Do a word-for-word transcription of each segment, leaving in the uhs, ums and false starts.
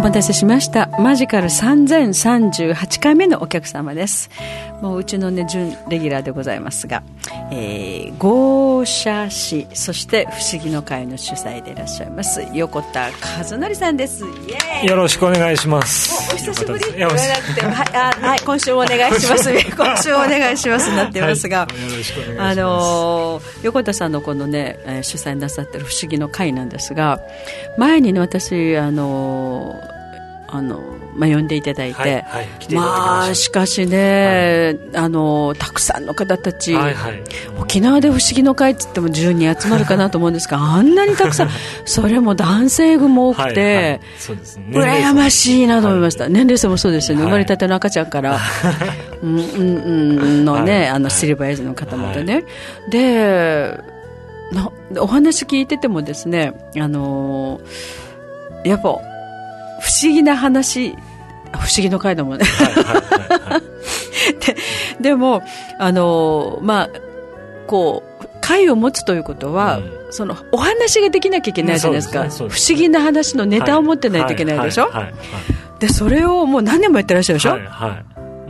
待たせしました。マジカルさんぜんさんじゅうはちかいめのお客様です。もううちのね準レギュラーでございますが、えー、豪社市、そして不思議の会の主催でいらっしゃいます横田和則さんです。イエーイ。 よろしくお願いします。 お, お久しぶりって言わなくて、はい、あ、はい、今週もお願いします今週もお願いしますなっていますが、 はい、よろしくお願いします。 あのー、横田さんのこのね、えー、主催なさってる不思議の会なんですが、前にね私あのーあのまあ、呼んでいただいて、はいはい、来ていただきました。まあしかしね、はい、あのたくさんの方たち、はいはい、沖縄で不思議の会って言ってもじゅうにん集まるかなと思うんですがあんなにたくさんそれも男性群も多くて、はいはい、そうですね、羨ましいなと思いました、はい、年齢層もそうですよね、はい、生まれたての赤ちゃんからうんうんうんのね、はい、あのシルバーエイジの方までね、はい、でのお話聞いててもですね、あのやっぱ不思議な話、不思議の会だもんね、はいはいはいはい、で, でもあの、まあ、こう会を持つということは、うん、そのお話ができなきゃいけないじゃないですか、うん、そうですね、不思議な話のネタを持ってないといけないでしょ、はいはいはいはい、でそれをもう何年もやってらっしゃるでしょ、はいはい、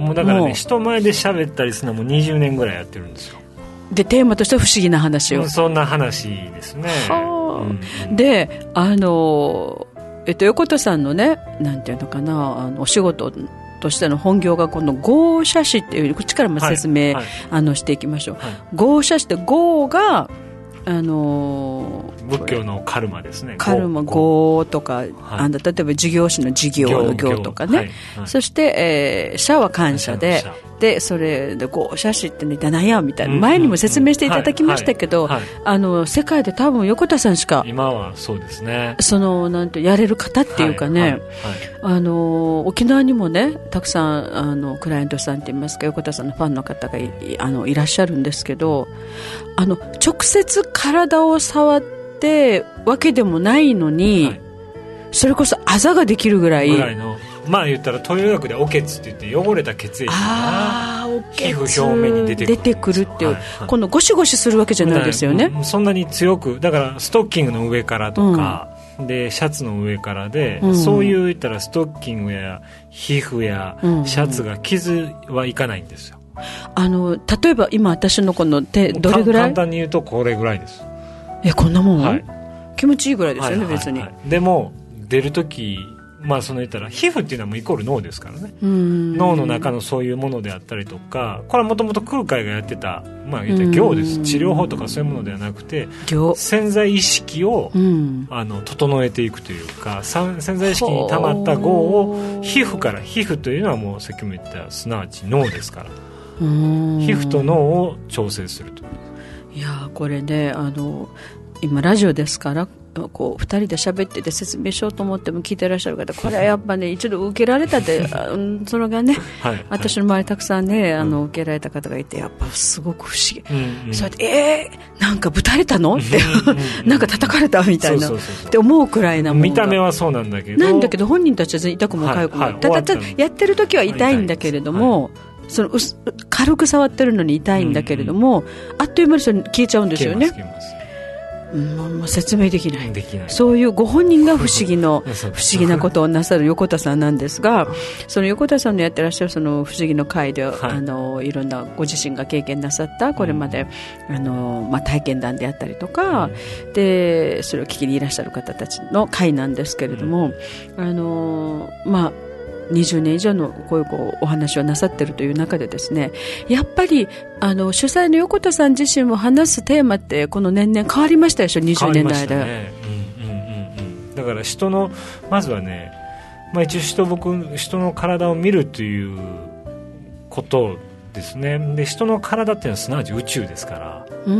もうだからね人前で喋ったりするのもにじゅうねんぐらいやってるんですよ。でテーマとしては不思議な話を、 そんな話ですね、は、 うん、であのえっと、横田さんのね、なんていうのかな、あのお仕事としての本業がこの豪社史っていう、こっちからも説明、はいはい、あのしていきましょう、はい、豪社史って豪があのー、仏教のカルマですね。 カルマ、豪とか、はい、あの例えば事業師の事業の業とかね、はいはい、そして、えー、社は感謝で、でそれで豪社史ってね何やみたいな、前にも説明していただきましたけど、はいはいはい、あの世界で多分横田さんしか今はそうですね、 そのなんてやれる方っていうかね、はいはいはい、あの沖縄にもねたくさんあのクライアントさんって言いますか、横田さんのファンの方が い, あのいらっしゃるんですけど、あの直接体を触ってわけでもないのに、はい、それこそあざができるぐらい、 ぐらいの、まあ言ったら東洋医学でおけつって言って汚れた血液が皮膚表面に出てくる、出てくるっていう、はいはい、 このゴシゴシするわけじゃないですよね。 そんなに強くだからストッキングの上からとか、うん、でシャツの上からで、うん、そういう言ったらストッキングや皮膚やシャツが傷はいかないんですよ、うんうん、 あの例えば今私のこの手どれぐらい、 簡単に言うとこれぐらいです。 えこんなもん、はい、気持ちいいぐらいですよね、はいはいはい、別に。 でも出るとき、まあ、その言ったら皮膚っていうのはもうイコール脳ですからね、脳の中のそういうものであったりとか、これはもともと空海がやってた、まあ、言ったら行です。治療法とかそういうものではなくて潜在意識をあの整えていくというか、潜在意識に溜まった業を皮膚から、皮膚というのはもうさっきも言ったすなわち脳ですから、皮膚と脳を調整すると。 いやこれね、あの今ラジオですからこうふたりで喋ってて説明しようと思っても聞いてらっしゃる方、これはやっぱね一度受けられたでそれがね、はいはい、私の周りたくさんねあの、うん、受けられた方がいて、やっぱすごく不思議、うんうん、そうやってえー、なんかぶたれたのってなんか叩かれたみたいなって思うくらいなもんが、 見た目はそうなんだけどなんだけど本人たちは痛くも痒くも、はいはい、ただただやってる時は痛いんだけれども、はい、その軽く触ってるのに痛いんだけれども、うんうん、あっという間にそれ消えちゃうんですよね。うん、説明できない、できない、そういうご本人が不思議の不思議なことをなさる横田さんなんですが、その横田さんのやってらっしゃるその不思議の会で、はい、あのいろんなご自身が経験なさったこれまで、うん、あのまあ、体験談であったりとか、うん、でそれを聞きにいらっしゃる方たちの会なんですけれども、うん、あのまあにじゅうねん以上のこういうこうお話をなさっているという中でですね、やっぱりあの主催の横田さん自身も話すテーマってこの年々変わりましたでしょ、にじゅうねんの間。 変わりましたね、うんうんうんうん、だから人のまずはね、まあ、一応人僕人の体を見るということですね。で人の体っていうのはすなわち宇宙ですから、うん、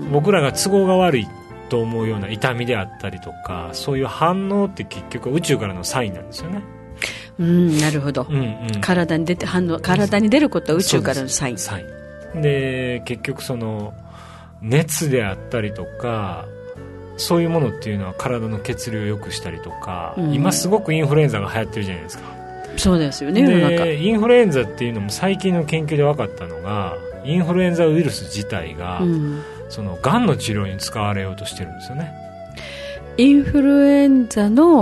僕らが都合が悪いと思うような痛みであったりとか、そういう反応って結局宇宙からのサインなんですよね。 うん、なるほど、うんうん、体に出て反応体に出ることは宇宙からのサイン。 サインで結局その熱であったりとかそういうものっていうのは体の血流を良くしたりとか、うん、今すごくインフルエンザが流行ってるじゃないですか。 そうですよね。世の中インフルエンザっていうのも最近の研究で分かったのが、インフルエンザウイルス自体が、うん、そのがんの治療に使われようとしてるんですよね。 インフルエンザの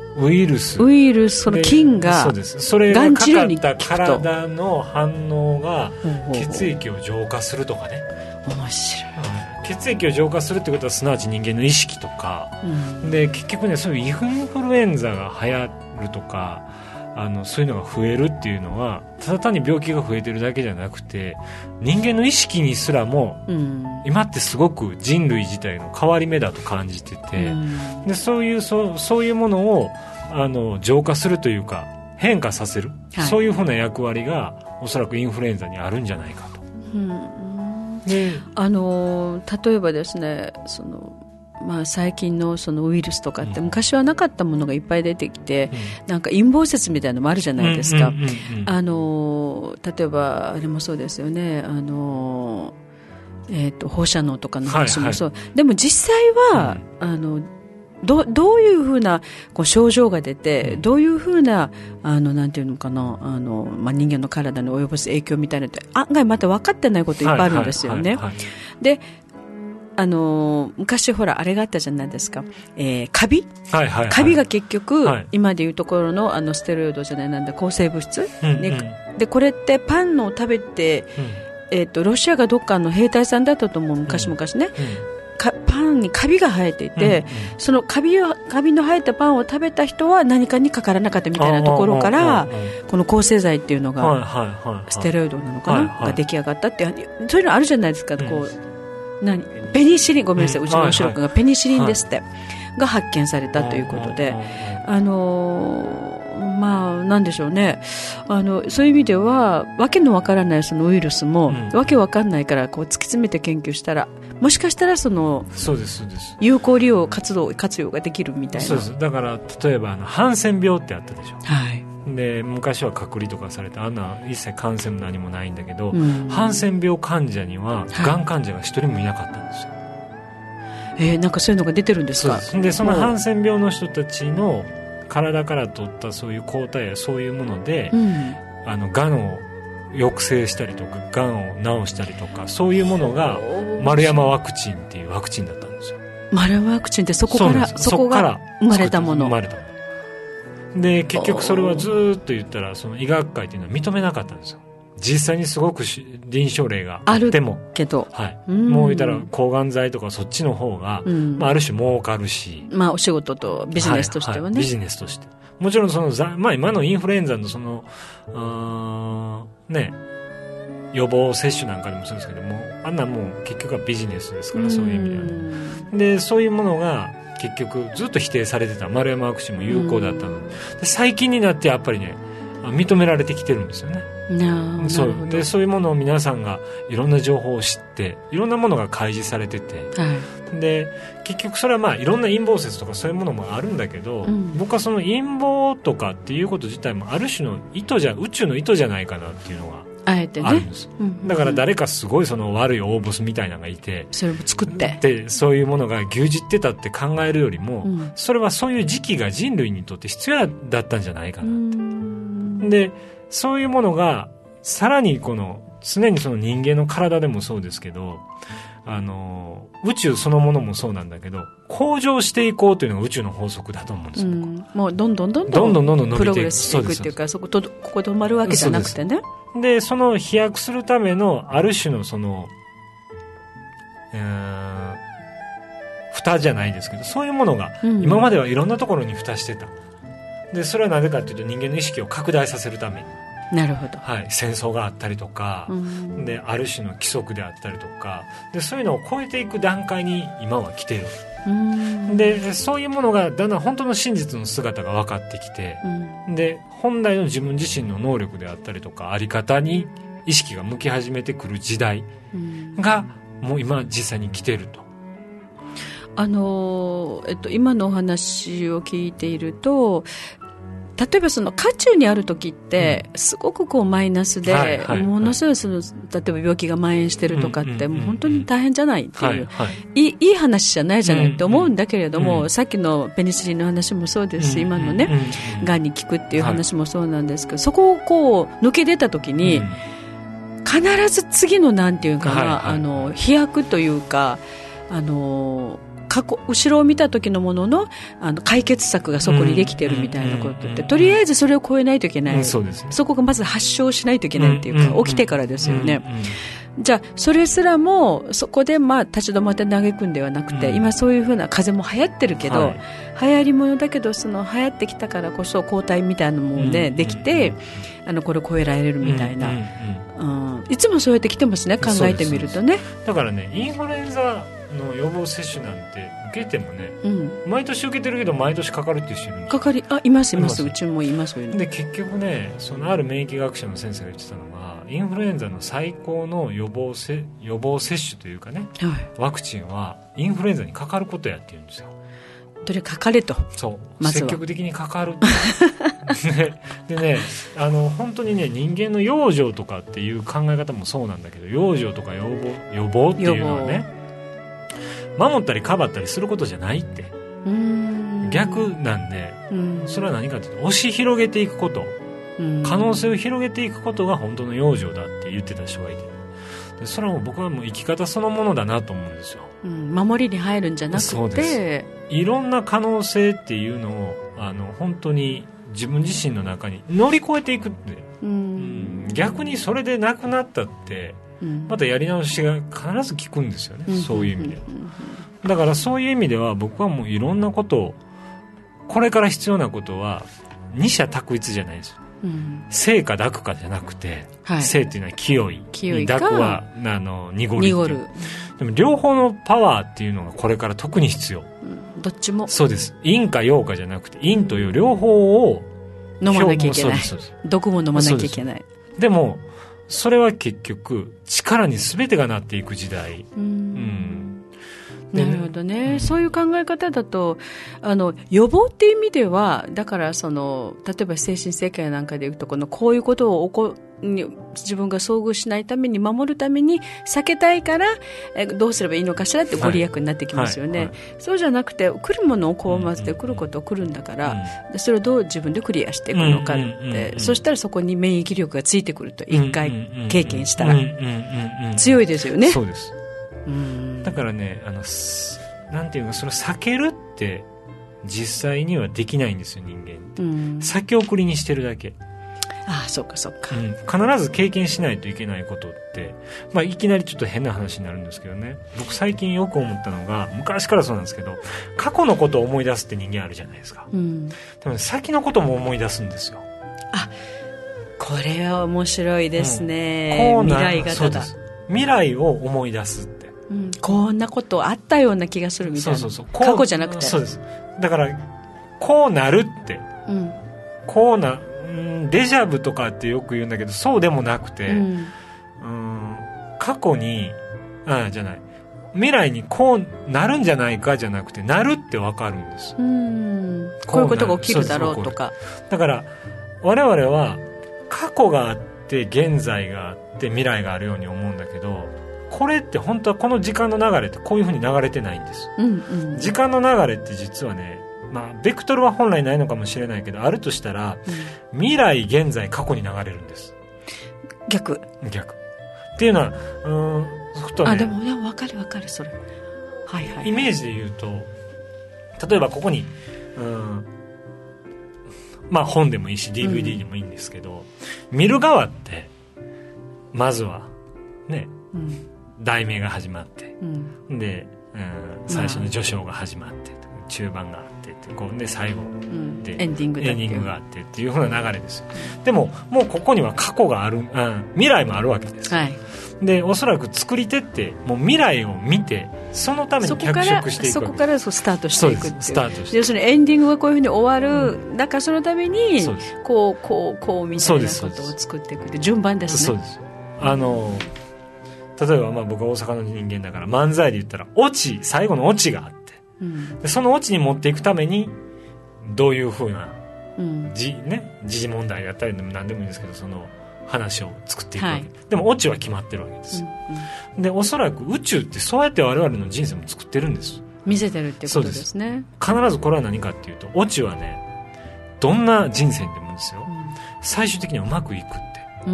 ウイルスウイルスその菌がそうです、それがかかった体の反応が血液を浄化するとかね。 面白い。 血液を浄化するってことはすなわち人間の意識とか、うん、で結局ねそういうインフルエンザが流行るとかあのそういうのが増えるっていうのはただ単に病気が増えてるだけじゃなくて人間の意識にすらも、うん、今ってすごく人類自体の変わり目だと感じてて、うん、でそういうそそういうものをあの浄化するというか変化させる、はい、そういうふうな役割がおそらくインフルエンザにあるんじゃないかと、うんね、あの例えばですねその、まあ、最近 の, そのウイルスとかって昔はなかったものがいっぱい出てきて、うん、なんか陰謀説みたいなのもあるじゃないですか、うんうんうんうん、あの例えばあれもそうですよねあの、えー、と放射能とかの話もそう、はいはい、でも実際は、うん、あのど, どういうふうなこう症状が出て、うん、どういうふうなあのなんていうのかなあの、まあ、人間の体に及ぼす影響みたいなのって案外また分かってないこといっぱいあるんですよね、はいはいはいはい、であの昔ほらあれがあったじゃないですか、えー、カビ、はいはいはい、カビが結局、はい、今でいうところ の, あのステロイドじゃないなんだ抗生物質、うんうん、でこれってパンを食べて、うんえー、とロシアがどっかの兵隊さんだったと思う昔々ね、うんうんかパンにカビが生えていて、うんうん、そのカビをカビの生えたパンを食べた人は何かにかからなかったみたいなところからこの抗生剤っていうのが、はいはいはいはい、ステロイドなのかな、はいはい、が出来上がったっていうそういうのあるじゃないですか、うん、こう何ペニシリンごめんなさい、うん、うちの後ろ君がペニシリンですって、はい、が発見されたということで、あのーまあ、なんでしょうねあのそういう意味ではわけのわからないそのウイルスも、うん、わけわかんないからこう突き詰めて研究したらもしかしたらそのそうですそうです有効利用活動活用ができるみたいな。 そうですだから例えばあのハンセン病ってあったでしょ、はい、で昔は隔離とかされてあんな一切感染も何もないんだけど、うん、ハンセン病患者にはがん患者が一人もいなかったんですよ、はいえー、なんかそういうのが出てるんですか。 そうです。でそのハンセン病の人たちの体から取ったそういう抗体やそういうもので、うん、あのがんを抑制したりとかがんを治したりとかそういうものが丸山ワクチンっていうワクチンだったんですよ。 丸山ワクチンってそこからそこが生まれたもの。 生まれたもので結局それはずっと言ったらその医学会っていうのは認めなかったんですよ。実際にすごく臨床例があってもあるけど、 はい、もう言ったら抗がん剤とかそっちの方が、うんまあ、ある種儲かるし、 まあ、お仕事とビジネスとしてはね、はいはい、 ビジネスとしてもちろんその、まあ、今のインフルエンザのそのあ、ね、予防接種なんかでもそうですけどもあんなもう結局はビジネスですからそういう意味ではねでそういうものが結局ずっと否定されてた丸山ワクチンも有効だったので最近になってやっぱりね認められてきてるんですよね。そうでそういうものを皆さんがいろんな情報を知っていろんなものが開示されてて、はい、で結局それはまあいろんな陰謀説とかそういうものもあるんだけど、うん、僕はその陰謀とかっていうこと自体もある種の意図じゃ宇宙の意図じゃないかなっていうのがあえてね、あるんです、うんうんうん、だから誰かすごいその悪い大ボスみたいなのがいてそれも作ってでそういうものが牛耳ってたって考えるよりも、うん、それはそういう時期が人類にとって必要だったんじゃないかなってでそういうものがさらにこの常にその人間の体でもそうですけどあの宇宙そのものもそうなんだけど向上していこうというのが宇宙の法則だと思うんです、うん、 もうどんどんどんどんどんどんどん伸びていくプログレスしていくっていうかそことここで止まるわけじゃなくてねでその飛躍するためのある種のその、えー、蓋じゃないですけどそういうものが今まではいろんなところに蓋してたでそれはなぜかというと人間の意識を拡大させるためになるほど、 はい、戦争があったりとか、うん、である種の規則であったりとかでそういうのを超えていく段階に今は来てる、うん、でそういうものがだんだん本当の真実の姿が分かってきて、うん、で本来の自分自身の能力であったりとかあり方に意識が向き始めてくる時代がもう今実際に来てると。 あのえっと、今のお話を聞いていると例えばその渦中にある時ってすごくこうマイナスで、はいはい、ものすごいその例えば病気が蔓延してるとかってもう本当に大変じゃないっていう、はいはい、いい、いい話じゃないじゃないって思うんだけれども、うん、さっきのペニシリンの話もそうですし、うん、今のね、うん、がんに効くっていう話もそうなんですけど、はい、そこをこう抜け出た時に、うん、必ず次のなんていうかな、はいはい、あの飛躍というかあの過去後ろを見た時のものの、あの解決策がそこにできてるみたいなことって、とりあえずそれを超えないといけない、うん、そうですね、そこがまず発症しないといけないっていうか、うん、起きてからですよね、うんうんうん、じゃあそれすらもそこでまあ立ち止まって嘆くんではなくて、うん、今そういう風な風邪も流行ってるけど、はい、流行り物だけどその流行ってきたからこそ抗体みたいなものでできて、うん、あのこれ超えられるみたいな、うんうんうん、いつもそうやってきてますね、考えてみるとね。 だからね、インフルエンザの予防接種なんて受けてもね、うん、毎年受けてるけど毎年かかるっていう人いるんですよ。 かかりあいますいます、うちもいます。 で結局ね、そのある免疫学者の先生が言ってたのが、インフルエンザの最高の予防せ予防接種というかね、はい、ワクチンはインフルエンザにかかることやって言うんですよ。 どれかかれと、 そう、ま、積極的にかかるでね、あの本当にね、人間の養生とかっていう考え方もそうなんだけど、養生とか予防予防っていうのはね、守ったりかばったりすることじゃないって、うーん、逆なんで、うん、それは何かというと押し広げていくこと、うん、可能性を広げていくことが本当の養生だって言ってた人がいて、でそれはもう僕はもう生き方そのものだなと思うんですよ、 うん、守りに入るんじゃなくて、 そうです、いろんな可能性っていうのをあの本当に自分自身の中に乗り越えていくって、うんうん、逆にそれでなくなったってまたやり直しが必ず効くんですよね、うん、そういう意味で、うん、だからそういう意味では僕はもういろんなことを、これから必要なことは二者択一じゃないですよ、うん、生か濁かじゃなくて、はい、生っていうのは清い、清い濁はあの濁り濁る、でも両方のパワーっていうのがこれから特に必要、 うん、どっちもそうです。陰か陽かじゃなくて陰と陽両方を飲まなきゃいけない、毒も飲まなきゃいけない。 で, でもそれは結局力に全てがなっていく時代、うん、 うん、なるほどね、うん、そういう考え方だと、あの予防っていう意味では、だからその例えば精神世界なんかでいうと、このこういうことを起こに自分が遭遇しないために、守るために避けたいからえどうすればいいのかしらってご利益になってきますよね、はいはいはい、そうじゃなくて来るものを拒まずで来ることを来るんだから、うん、それをどう自分でクリアしていくのかって、うんうんうんうん、そしたらそこに免疫力がついてくると、一回経験したら強いですよね。 そうです、うん、だからね、あのなんていうか、それを避けるって実際にはできないんですよ、人間って、うん、先送りにしてるだけ。 ああ、そうかそうか、 うん、必ず経験しないといけないことって、まあ、いきなりちょっと変な話になるんですけどね、僕最近よく思ったのが、昔からそうなんですけど、過去のことを思い出すって人間あるじゃないですか、うん、でも先のことも思い出すんですよ。 あ、これは面白いですね、うん、未来型だ。 未来を思い出すって、 うん、こんなことあったような気がするみたいな。そうそうそう、過去じゃなくて、 そうです。だからこうなるって、うん、こうなデジャブとかってよく言うんだけど、そうでもなくて、うん、うん過去にあじゃない未来にこうなるんじゃないかじゃなくて、なるって分かるんです。うん、 こういうことが起きるだろうとか。 だから我々は過去があって現在があって未来があるように思うんだけど、これって本当はこの時間の流れってこういう風に流れてないんです、うんうん、時間の流れって実はね、まあ、ベクトルは本来ないのかもしれないけど、あるとしたら、うん、未来現在過去に流れるんです。 逆逆っていうのはうーんふとね、 あでもでも分かる分かるそれ、はいはいはい、 イメージで言うと、例えばここにうーんまあ本でもいいし ディーブイディー でもいいんですけど、うん、見る側ってまずはね、うん、題名が始まって、うん、で、うん、最初の序章が始まって、まあ、中盤があってこうで最後で、うん、エンディングだってエンディングがあってっていう風な流れですよ、うん、でももうここには過去がある、うん、未来もあるわけです、はい、でおそらく作り手ってもう未来を見てそのために脚色していくわけです。 そこからそうスタートしていくっていう、 スタートして要するにエンディングがこういう風に終わる、うん、だからそのためにこうこうこうみたいなことを作っていくって順番ですね。 そうです。あの例えばまあ僕は大阪の人間だから漫才で言ったらオチ最後のオチがあって、うん、でそのオチに持っていくためにどういう風な、うんじね、時事問題だったりでも何でもいいんですけどその話を作っていくわけ、はい、でもオチは決まってるわけです、うんうん、でおそらく宇宙ってそうやって我々の人生も作ってるんです。 見せてるってことですね。 必ずこれは何かっていうとオチはねどんな人生でもですよ、うん、最終的にはうまくいくって、うんうん、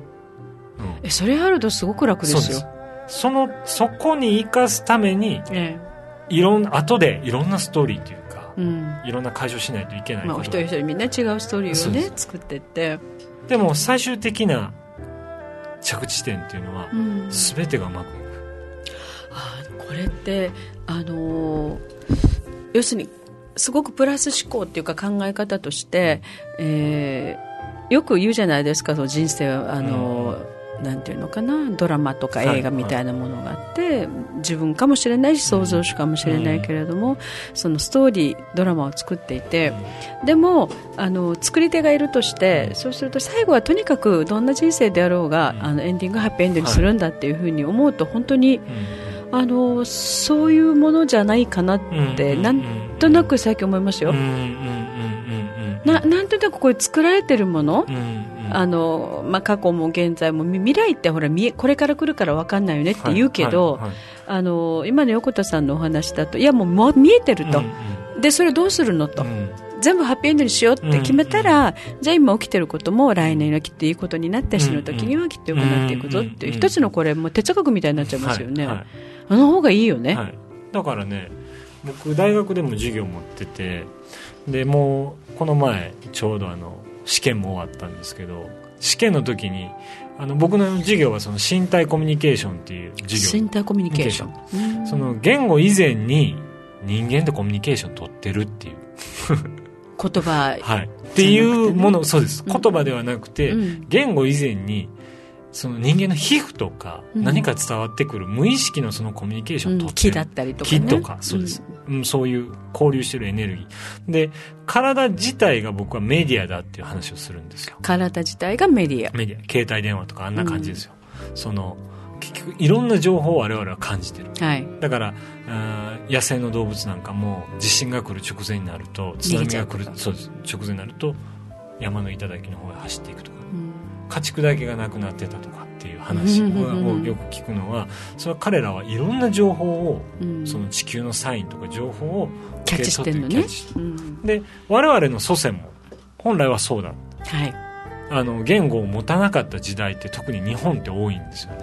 えそれあるとすごく楽ですよ。 そうです。そのそこに生かすために、ええ、 いろんな後でいろんなストーリーというか、うん、いろんな解消しないといけないこと、 まあ、一人一人みんな違うストーリーをね作っていって、 でも最終的な着地点っていうのは、うん、全てがうまくいく。 あこれってあのー、要するにすごくプラス思考っていうか考え方として、えー、よく言うじゃないですか、その人生はあのーうんなんていうのかな、ドラマとか映画みたいなものがあって、はいはい、自分かもしれないし想像主かもしれないけれども、うん、そのストーリードラマを作っていて、うん、でもあの作り手がいるとして、うん、そうすると最後はとにかくどんな人生であろうが、うん、あのエンディングハッピーエンドにするんだっていうふうに思うと、はい、本当に、うん、あのそういうものじゃないかなって、うん、なんとなく最近思いますよ、うん、な, なんとなくこういう作られてるもの、うんあのまあ、過去も現在も未来ってほら見えこれから来るから分かんないよねって言うけど、はいはいはい、あの今の横田さんのお話だといやもう、もう見えてると、うんうん、でそれどうするのと、うん、全部ハッピーエンドにしようって決めたら、うんうん、じゃあ今起きてることも来年はきっといいことになって死ぬ時にはきっと良くなっていくぞっていう、うんうん、一つのこれもう哲学みたいになっちゃいますよね、はいはい、あの方がいいよね、はい、 だからね僕大学でも授業持ってて、でもうこの前ちょうどあの試験も終わったんですけど、試験の時にあの僕の授業はその身体コミュニケーションっていう授業、 身体コミュニケーション、 その言語以前に人間とコミュニケーション取ってるっていう言葉、 はい、っていうもの、そうです、言葉ではなくて、うん、言語以前にその人間の皮膚とか何か伝わってくる無意識のそのコミュニケーションを取ってる、 うん、気だったりとかね、 気とかそうです、うんうん、そういう交流してるエネルギーで、体自体が僕はメディアだっていう話をするんですよ。 体自体がメディア、 メディア、携帯電話とかあんな感じですよ、うん、その結局いろんな情報を我々は感じてる、はい、だから野生の動物なんかも地震が来る直前になると、津波が来るそうです直前になると山の頂の方へ走っていくとか、うん家畜だけがなくなってたとかっていう話をよく聞くのは、それは彼らはいろんな情報を、うん、その地球のサインとか情報をキャッチしてるのね、 うん、で我々の祖先も本来はそうだ、はい、あの言語を持たなかった時代って特に日本って多いんですよね、うん、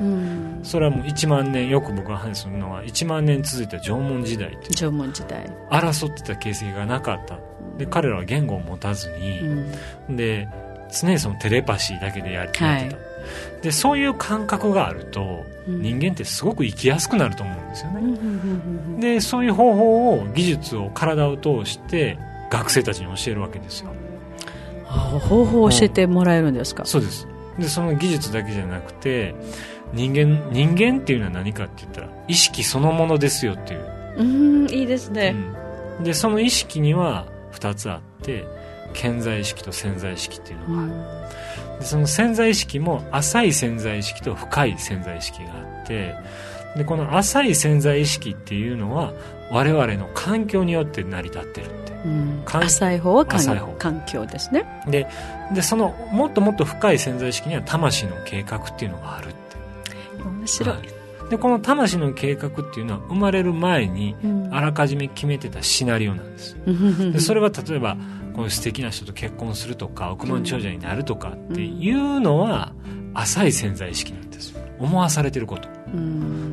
それはもういちまんねん、よく僕が話すのはいちまんねん続いた縄文時代って縄文時代争ってた形跡がなかった。で彼らは言語を持たずに、うん、で常にそのテレパシーだけでやってた、はい、でそういう感覚があると、うん、人間ってすごく生きやすくなると思うんですよね、うん、でそういう方法を技術を体を通して学生たちに教えるわけですよ。 方法を教えてもらえるんですか？ そうです。でその技術だけじゃなくて人間人間っていうのは何かって言ったら意識そのものですよっていう。 うんいいですね、 うん、でその意識にはふたつあって潜在意識と潜在意識っていうのがある、うん、でその潜在意識も浅い潜在意識と深い潜在意識があって、でこの浅い潜在意識っていうのは我々の環境によって成り立ってるって、うん、 浅い方は環境ですね。 で、でそのもっともっと深い潜在意識には魂の計画っていうのがあるって。 面白い、はい、 でこの魂の計画っていうのは生まれる前にあらかじめ決めてたシナリオなんです、うん、でそれは例えばこういう素敵な人と結婚するとか億万長者になるとかっていうのは浅い潜在意識なんです。思わされてること、うん、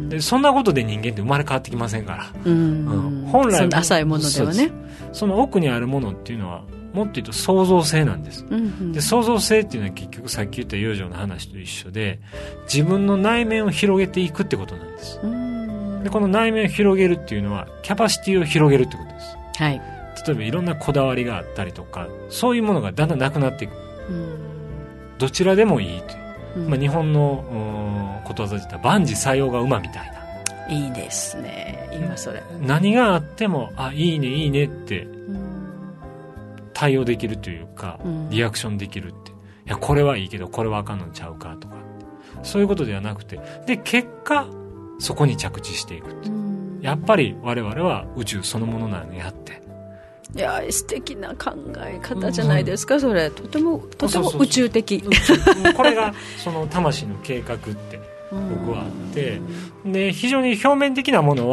でそんなことで人間って生まれ変わってきませんから、うんうん、本来その浅いものではね、 その奥にあるものっていうのはもっと言うと創造性なんです、うんうん、で創造性っていうのは結局さっき言った養生の話と一緒で自分の内面を広げていくってことなんです、うん、でこの内面を広げるっていうのはキャパシティを広げるってことです、はい、例えばいろんなこだわりがあったりとかそういうものがだんだんなくなっていく、うん、どちらでもいいという、うんまあ、日本のことわざで言ったら万事採用が馬みたいな。 いいですね今それ何があってもあいいねいいねって対応できるというか、うん、リアクションできるって、いやこれはいいけどこれはあかんのちゃうかとかそういうことではなくて、で結果そこに着地していくって、うん、やっぱり我々は宇宙そのものなのやって、 いや素敵な考え方じゃないですか、うん、それとてもとても宇宙的、 そうそうそうこれがその魂の計画って僕はあって、で非常に表面的なものは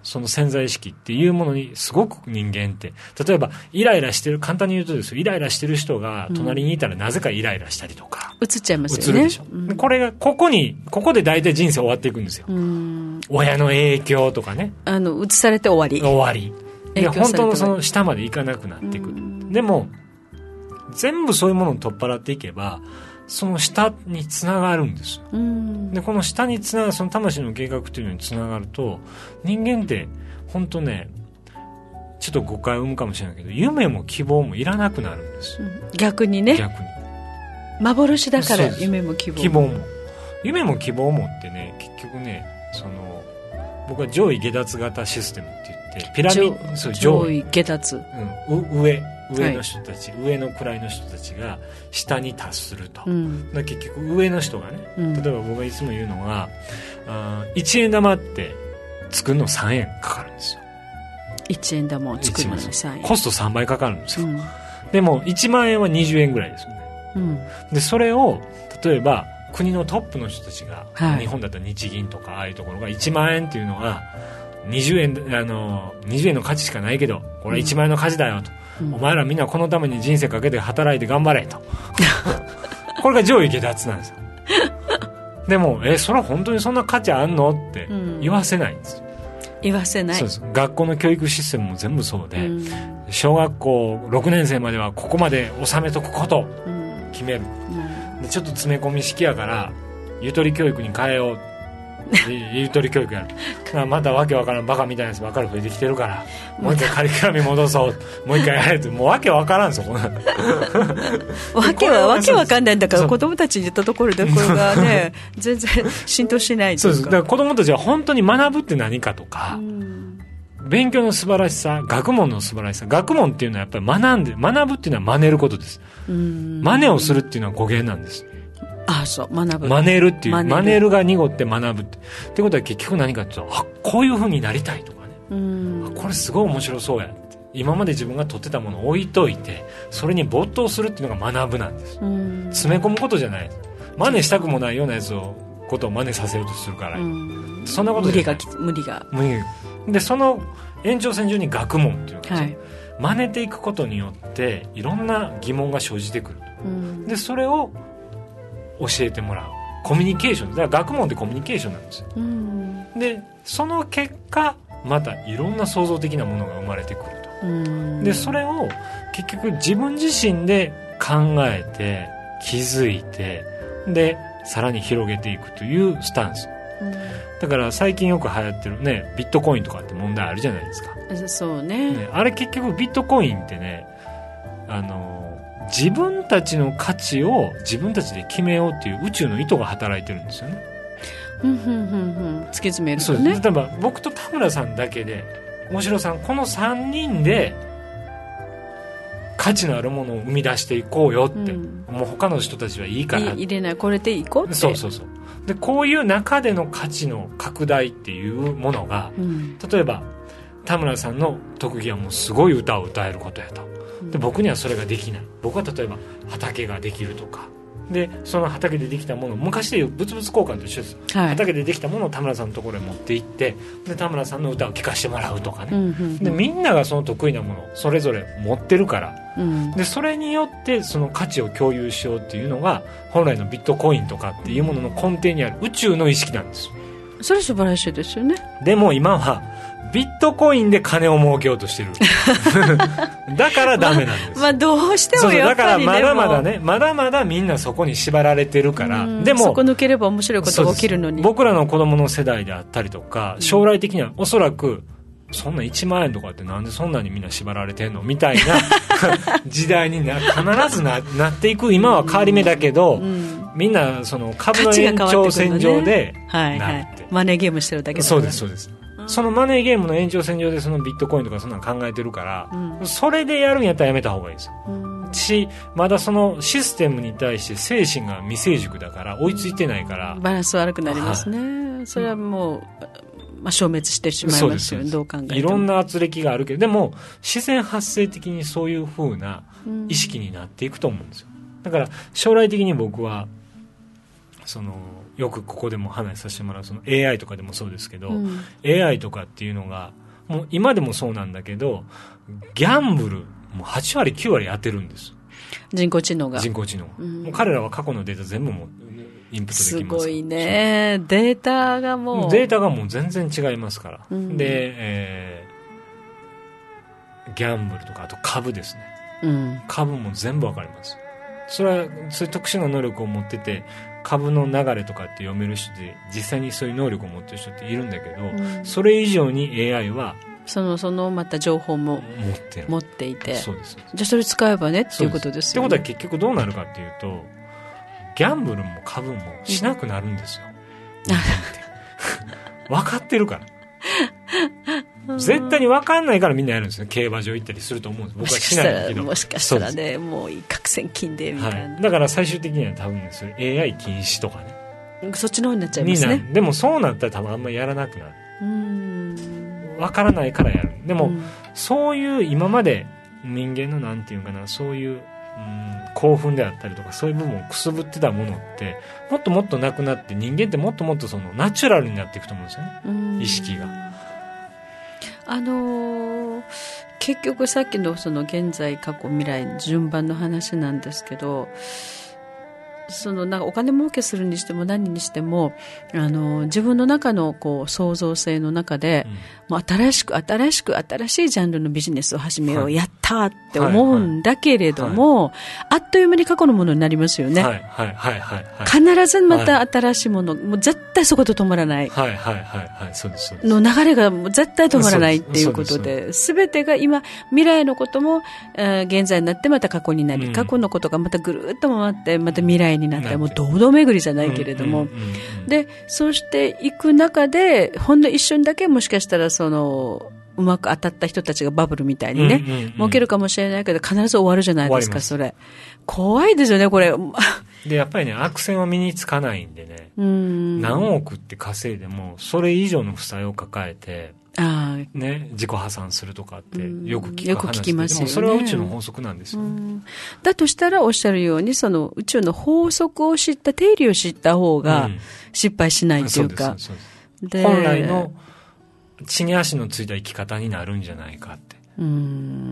その潜在意識っていうものにすごく人間って例えばイライラしてる簡単に言うとですよイライラしてる人が隣にいたらなぜかイライラしたりとか、 うん、映っちゃいますよね。 映るでしょ、うん、これがここにここで大体人生終わっていくんですよ、うん、親の影響とかねあの映されて終わり終わりいや本当のその下までいかなくなっていく、うん、でも全部そういうものを取っ払っていけばその下につながるんですよ、うん、でこの下につながるその魂の計画というのにつながると人間って本当ねちょっと誤解を生むかもしれないけど夢も希望もいらなくなるんです、うん、 逆にね逆に幻だから夢も希望も希望も夢も希望もってね結局ねその僕は上位下脱型システムって言ってピラミッドそう上位下脱、 うん、上上の人たち、はい、上の位の人たちが下に達すると、うん、だ結局上の人がね、うん、例えば僕がいつも言うのはあいちえん玉って作るのさんえんかかるんですよ。 いちえん玉を作るのにさんえんコストさんばいかかるんですよ、うん、でもいちまんえんはにじゅうえんぐらいですよね、うん、でそれを例えば国のトップの人たちが、はい、日本だったら日銀とかああいうところがいちまんえんっていうのはにじゅうえんあのにじゅうえんの価値しかないけどこれはいちまんえんの価値だよと、うん、お前らみんなこのために人生かけて働いて頑張れとこれが上位下脱なんですよでもえそれは本当にそんな価値あんのって言わせないんですよ、 うん、言わせない。 そうです。学校の教育システムも全部そうで、うん、小学校ろくねん生まではここまで収めとくこと決める、うん、でちょっと詰め込み式やからゆとり教育に変えようゆとり教育やるまたわけわからんバカみたいなやつばっかり増えてきてるからもう一回カリキュラムに戻そうもう一回やれってもうわけわからんすよわけはわけわかんないんだから子供たちに言ったところでこれがね全然浸透しないというか。 そうです。だから子供たちは本当に学ぶって何かとか、うん、勉強の素晴らしさ学問の素晴らしさ学問っていうのはやっぱり学んで学ぶっていうのは真似ることです、うん、真似をするっていうのは語源なんです。 ああそう学ぶ真似るっていう真似るが濁って学ぶってってことは結局何かっていうとあこういう風になりたいとかねうんこれすごい面白そうやって今まで自分が取ってたものを置いといてそれに没頭するっていうのが学ぶなんです。うん詰め込むことじゃない真似したくもないようなやつをことを真似させようとするからうんそんなことじゃない無理が無理がでその延長線上に学問っていうのが、はい、真似ていくことによっていろんな疑問が生じてくる、うん、でそれを教えてもらうコミュニケーションだから学問ってコミュニケーションなんですよ、うん、でその結果またいろんな創造的なものが生まれてくると、うん、でそれを結局自分自身で考えて気づいてでさらに広げていくというスタンス、うん、だから最近よく流行ってるねビットコインとかって問題あるじゃないですか。 そう ね, ねあれ結局ビットコインってねあの自分たちの価値を自分たちで決めようっていう宇宙の意図が働いてるんですよね。 ふんふんふんふん突き詰めるとね。 そうです。例えば僕と田村さんだけで大城さんこのさんにんで価値のあるものを生み出していこうよって、うん、もう他の人たちはいいから入れないこれでいこうってそうそうそうでこういう中での価値の拡大っていうものが、うん、例えば田村さんの特技はもうすごい歌を歌えることやとで僕にはそれができない僕は例えば畑ができるとかでその畑でできたもの昔でいう物々交換と一緒です、はい、畑でできたものを田村さんのところへ持って行ってで田村さんの歌を聴かせてもらうとかね、うんうんうん、でみんながその得意なものをそれぞれ持ってるから、うん、でそれによってその価値を共有しようっていうのが本来のビットコインとかっていうものの根底にある宇宙の意識なんです。 それ素晴らしいですよね。 でも今はビットコインで金を儲けようとしてるだからダメなんです、 まあ、まあどうしてもやっぱりそうそうだからまだまだねまだまだみんなそこに縛られてるからでもそこ抜ければ面白いことが起きるのに僕らの子供の世代であったりとか将来的にはおそらくそんないちまんえんとかってなんでそんなにみんな縛られてんのみたいな時代にな必ず な, なっていく今は変わり目だけど、うん、みんなその株の延長線上でなるって、はいはい、 マネーゲームしてるだけだそうですそうですそのマネーゲームの延長線上でそのビットコインとかそんなの考えてるから、うん、それでやるんやったらやめた方がいいですよ、うん、しまだそのシステムに対して精神が未成熟だから追いついてないから、 うん、バランス悪くなりますね、はい、それはもう、まあ、消滅してしまいますよねどう考えてもいろんな圧力があるけどでも自然発生的にそういう風な意識になっていくと思うんですよ。だから将来的に僕はそのよくここでも話させてもらうその エーアイ とかでもそうですけど、うん、エーアイ とかっていうのがもう今でもそうなんだけどギャンブルもうはち割きゅう割当てるんです。 人工知能が人工知能、うん、もう彼らは過去のデータ全部もインプットできます。 すごいね。データがもうデータがもう全然違いますから、うん、で、えー、ギャンブルとかあと株ですね、うん、株も全部わかります。それはそういう特殊な能力を持ってて株の流れとかって読める人で実際にそういう能力を持ってる人っているんだけど、うん、それ以上に エーアイ はそのそのまた情報も持ってる持っていて、 そうです。 じゃあそれ使えばねっていうことですよね。 ってことは結局どうなるかっていうとギャンブルも株もしなくなるんですよ、うん、分かってるから絶対に分かんないからみんなやるんですよ。競馬場行ったりすると思うんです。僕はしないけどもしかしたらねもう一攫千金でみたいな、 はい、だから最終的には多分それ エーアイ 禁止とかねそっちの方になっちゃいますね。 でもそうなったら多分あんまりやらなくなる。うーん分からないからやる。でも、うん、そういう今まで人間のなんていうかなそういう、うん、興奮であったりとかそういう部分をくすぶってたものってもっともっとなくなって人間ってもっともっとそのナチュラルになっていくと思うんですよね。意識があのー、結局さっきのその現在過去未来順番の話なんですけどそのなんかお金儲けするにしても何にしてもあの自分の中のこう創造性の中で、うん、もう新しく新しく新しいジャンルのビジネスを始めよう、はい、やったって思うんだけれども、はいはい、あっという間に過去のものになりますよね、はいはいはいはい、必ずまた新しいもの、はい、もう絶対そこで止まらない、はいはいはいはい、そうですそうですの流れがもう絶対止まらないっていうことで全てが今未来のことも、えー、現在になってまた過去になり、うん、過去のことがまたぐるっと回ってまた未来になってもう堂々巡りじゃないけれども、うんうんうんうん、でそうしていく中でほんの一瞬だけもしかしたらそのうまく当たった人たちがバブルみたいにね、うんうんうん、儲けるかもしれないけど必ず終わるじゃないですか。それ怖いですよねこれでやっぱりね悪戦は身につかないんでね、うん何億って稼いでもそれ以上の負債を抱えてあね、自己破産するとかってよく聞く話で、よく聞きますよね。でもそれは宇宙の法則なんですよ、うん、 だとしたらおっしゃるようにその宇宙の法則を知った定理を知った方が失敗しないというか、うん、そうですそうです。 で本来の地に足のついた生き方になるんじゃないかって、うん、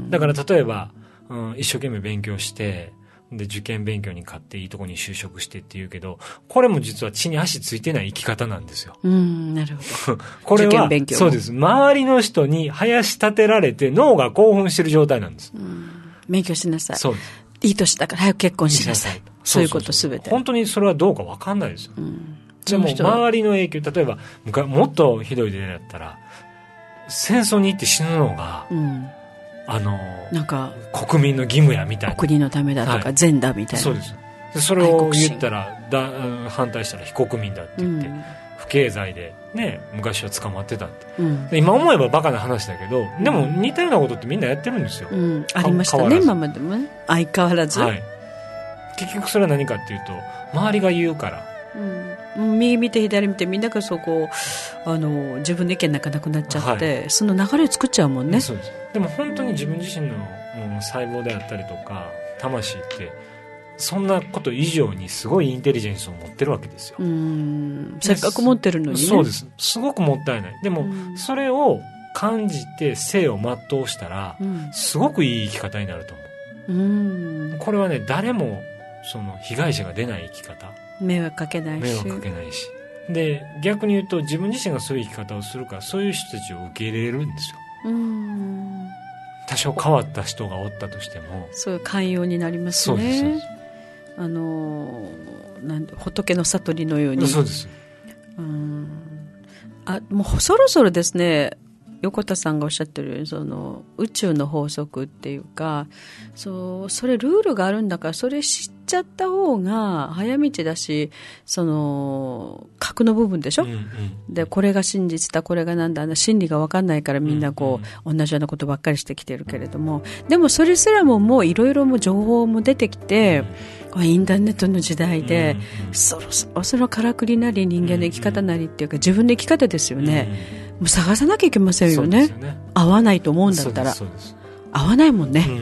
だから例えば、うん、一生懸命勉強してで受験勉強に勝っていいとこに就職してって言うけどこれも実は地に足ついてない生き方なんですよ。 うんなるほどこれはそうです。周りの人に林立てられて脳が興奮してる状態なんです。 うん勉強しなさい。そうです。いい年だから早く結婚しなさい。そういうことすべて本当にそれはどうか分かんないですよ、うん、でも周りの影響例えばもっとひどい例だったら戦争に行って死ぬのが、うんあのなんか国民の義務やみたいな国のためだとか、はい、善だみたいなそうですでそれを言ったらだ反対したら非国民だって言って、うん、不敬罪で、ね、昔は捕まってたって、うん、今思えばバカな話だけどでも似たようなことってみんなやってるんですよ、うん、 ありましたね今までもね相変わらず、はい、 結局それは何かっていうと周りが言うから、 うん、右見て左見てみんながそこあの自分の意見なんかなくなっちゃって、はい、その流れを作っちゃうもんね。 そうです。でも本当に自分自身の細胞であったりとか魂ってそんなこと以上にすごいインテリジェンスを持ってるわけですよ。うーんせっかく持ってるのにね。 そうです。すごくもったいない。でもそれを感じて生を全うしたら、うん、すごくいい生き方になると思う。うんこれはね誰もその被害者が出ない生き方迷惑かけないし迷惑かけないしで逆に言うと自分自身がそういう生き方をするからそういう人たちを受け入れるんですよ。うん多少変わった人がおったとしてもそういう寛容になりますね。そうですそうです。あのなんで仏の悟りのようにそうです。 うんあもうそろそろですね横田さんがおっしゃってるようにその宇宙の法則っていうか そ, それルールがあるんだからそれ知っちゃった方が早道だしその核の部分でしょ、うんうん、でこれが真実だこれがなんだ真理が分かんないからみんなこう、うんうん、同じようなことばっかりしてきてるけれどもでもそれすらももういろいろ情報も出てきて、うん、インターネットの時代で、うんうん、そろそろそのからくりなり人間の生き方なりっていうか自分の生き方ですよね、うんうんもう探さなきゃいけませんよ ね, よね合わないと思うんだったら合わないもんね、うん、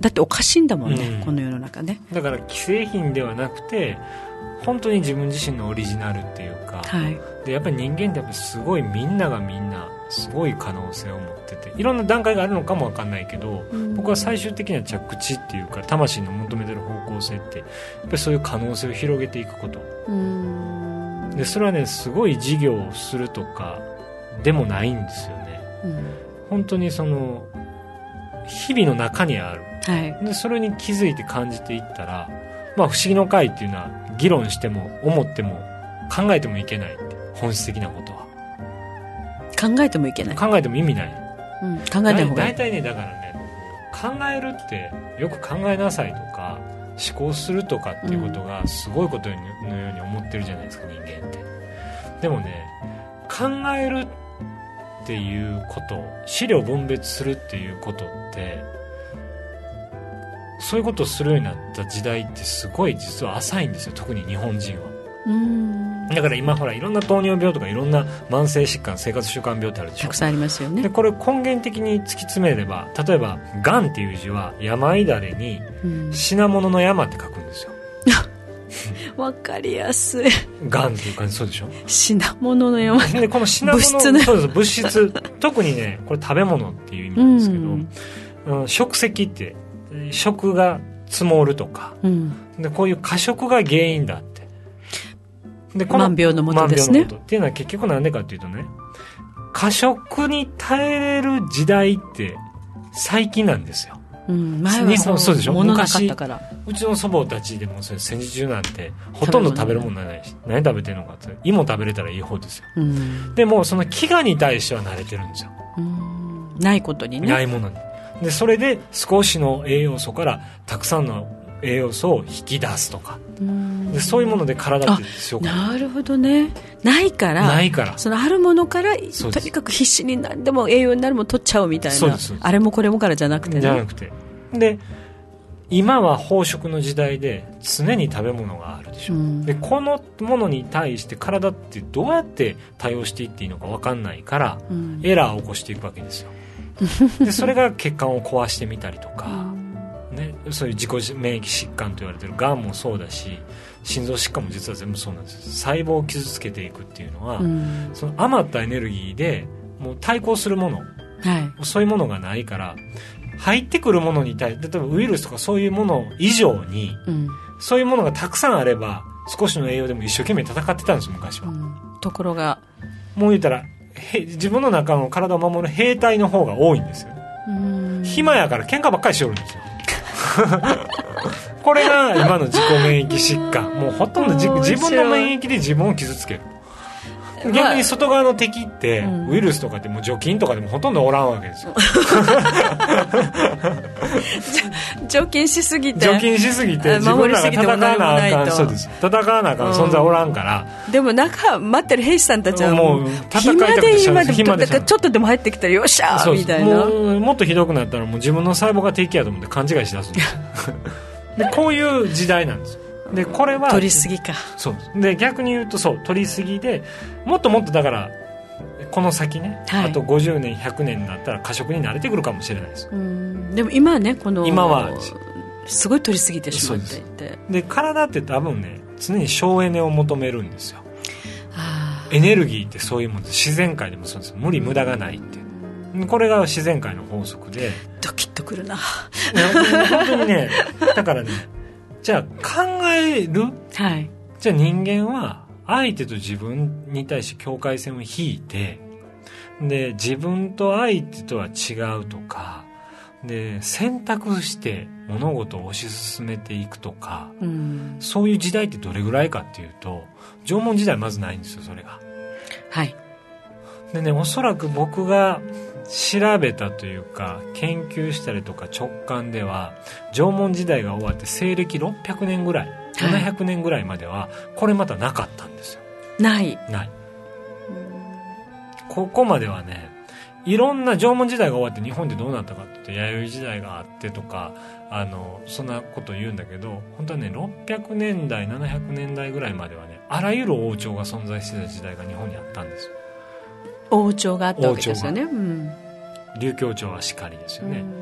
だっておかしいんだもんね、うん、この世の中ね。 だから既製品ではなくて本当に自分自身のオリジナルっていうか、はい、でやっぱり人間ってやっぱすごいみんながみんなすごい可能性を持ってて、いろんな段階があるのかも分かんないけど、うん、僕は最終的な着地っていうか魂の求めてる方向性ってやっぱりそういう可能性を広げていくこと、うん、でそれはねすごい事業をするとかでもないんですよね、うん、本当にその日々の中にある、はい、でそれに気づいて感じていったら、まあ、不思議の会っていうのは議論しても思っても考えてもいけないって本質的なことは考えてもいけない、 考えても意味ない、 うん、考えない方がいい。 大体ねだからね考えるってよく考えなさいとか思考するとかっていうことがすごいことのように思ってるじゃないですか、人間って。でもね考えるっていうこと資料分別するっていうことってそういうことをするようになった時代ってすごい実は浅いんですよ、特に日本人は。うーんだから今ほらいろんな糖尿病とかいろんな慢性疾患生活習慣病ってあるでしょ。 たくさんありますよね。 でこれ根源的に突き詰めれば例えばがんっていう字は山いだれに品物の山って書くんですよ。 わかりやすい。 がんっていう感じそうでしょ。 品物の山でこの品物物質ね。 そうです物質特にねこれ食べ物っていう意味なんですけど、うん、食石って食が積もるとか、うん、でこういう過食が原因だって。でこの万病のもとですね。 万病のもとっていうのは結局なんでかっていうとね過食に耐えれる時代って最近なんですよ。 うん、前はそうでしょ。 物なかったから。 うちの祖母たちでもそれ戦時中なんてほとんど食べるものないし、何食べてるのかって芋食べれたらいい方ですよ、うん、でもその飢餓に対しては慣れてるんですよ、 うん、ないことにね、 ないものに。でそれで少しの栄養素からたくさんの栄養素を引き出すとか、うん、でそういうもので体って強くなる。 なるほどね。ないからないからそのあるものからとにかく必死に何でも栄養になるもの取っちゃおうみたいな。 そうですそうです。 あれもこれもからじゃなくてね。 じゃなくてで今は飽食の時代で常に食べ物があるでしょ、うん、でこのものに対して体ってどうやって対応していっていいのか分かんないから、うん、エラーを起こしていくわけですよでそれが血管を壊してみたりとか、うんね、そういう自己免疫疾患と言われてるがんもそうだし心臓疾患も実は全部そうなんです。細胞を傷つけていくっていうのは、うん、その余ったエネルギーでもう対抗するもの、はい、そういうものがないから入ってくるものに対して例えばウイルスとかそういうもの以上に、うん、そういうものがたくさんあれば少しの栄養でも一生懸命戦ってたんですよ昔は、うん、 ところがもう言ったら自分の中の体を守る兵隊の方が多いんですよ。うん暇やから喧嘩ばっかりしておるんですよこれが今の自己免疫疾患。もうほとんど自分の免疫で自分を傷つける。逆に外側の敵って、うん、ウイルスとかってもう除菌とかでもほとんどおらんわけですよ除菌しすぎて除菌しすぎて自分らが戦わなあかんそうです戦わなあかん存在おらんから、 うん、でも中待ってる兵士さんたちはもう戦いたくてしゃべる暇でちょっとでも入ってきたらよっしゃーみたいな。 もうもっとひどくなったらもう自分の細胞が敵やと思って勘違いしだすんですでこういう時代なんですよ。でこれは取りすぎか。 そうで逆に言うとそう取りすぎでもっともっとだからこの先ね、はい、あとごじゅうねんひゃくねんになったら過食に慣れてくるかもしれないです。 うんでも今はねこの今はすごい取りすぎてしまっていてで, で体って多分ね常に省エネを求めるんですよ。エネルギーってそういうもので自然界でもそうです。無理無駄がないってこれが自然界の法則でドキッとくるな本当にねだからねじゃあ考える、はい、じゃあ人間は相手と自分に対して境界線を引いてで自分と相手とは違うとかで選択して物事を推し進めていくとか、うん、そういう時代ってどれぐらいかっていうと縄文時代まずないんですよそれが。はいでねおそらく僕が調べたというか研究したりとか直感では縄文時代が終わって西暦ろっぴゃくねんぐらい、はい、ななひゃくねんぐらいまではこれまたなかったんですよ。 ないないここまではねいろんな縄文時代が終わって日本でどうなったかって弥生時代があってとかあのそんなこと言うんだけど本当はねろっぴゃくねんだいななひゃくねんだいぐらいまではねあらゆる王朝が存在してた時代が日本にあったんですよ。 王朝があったわけですよね、うん、 琉球朝はしかりですよね、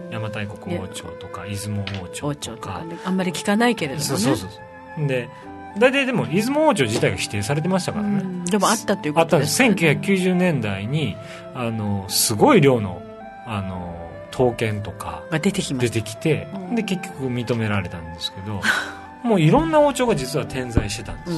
邪馬台国王朝とか出雲王朝とか、 ね、あんまり聞かないけれどもね。 そうそうそうで大体でも出雲王朝自体が否定されてましたからね。 でもあったということですかね。 あったんです。せんきゅうひゃくきゅうじゅうねんだいにあのすごい量のあの刀剣とかが出てきました。 出てきて、で結局認められたんですけどもういろんな王朝が実は点在してたんです。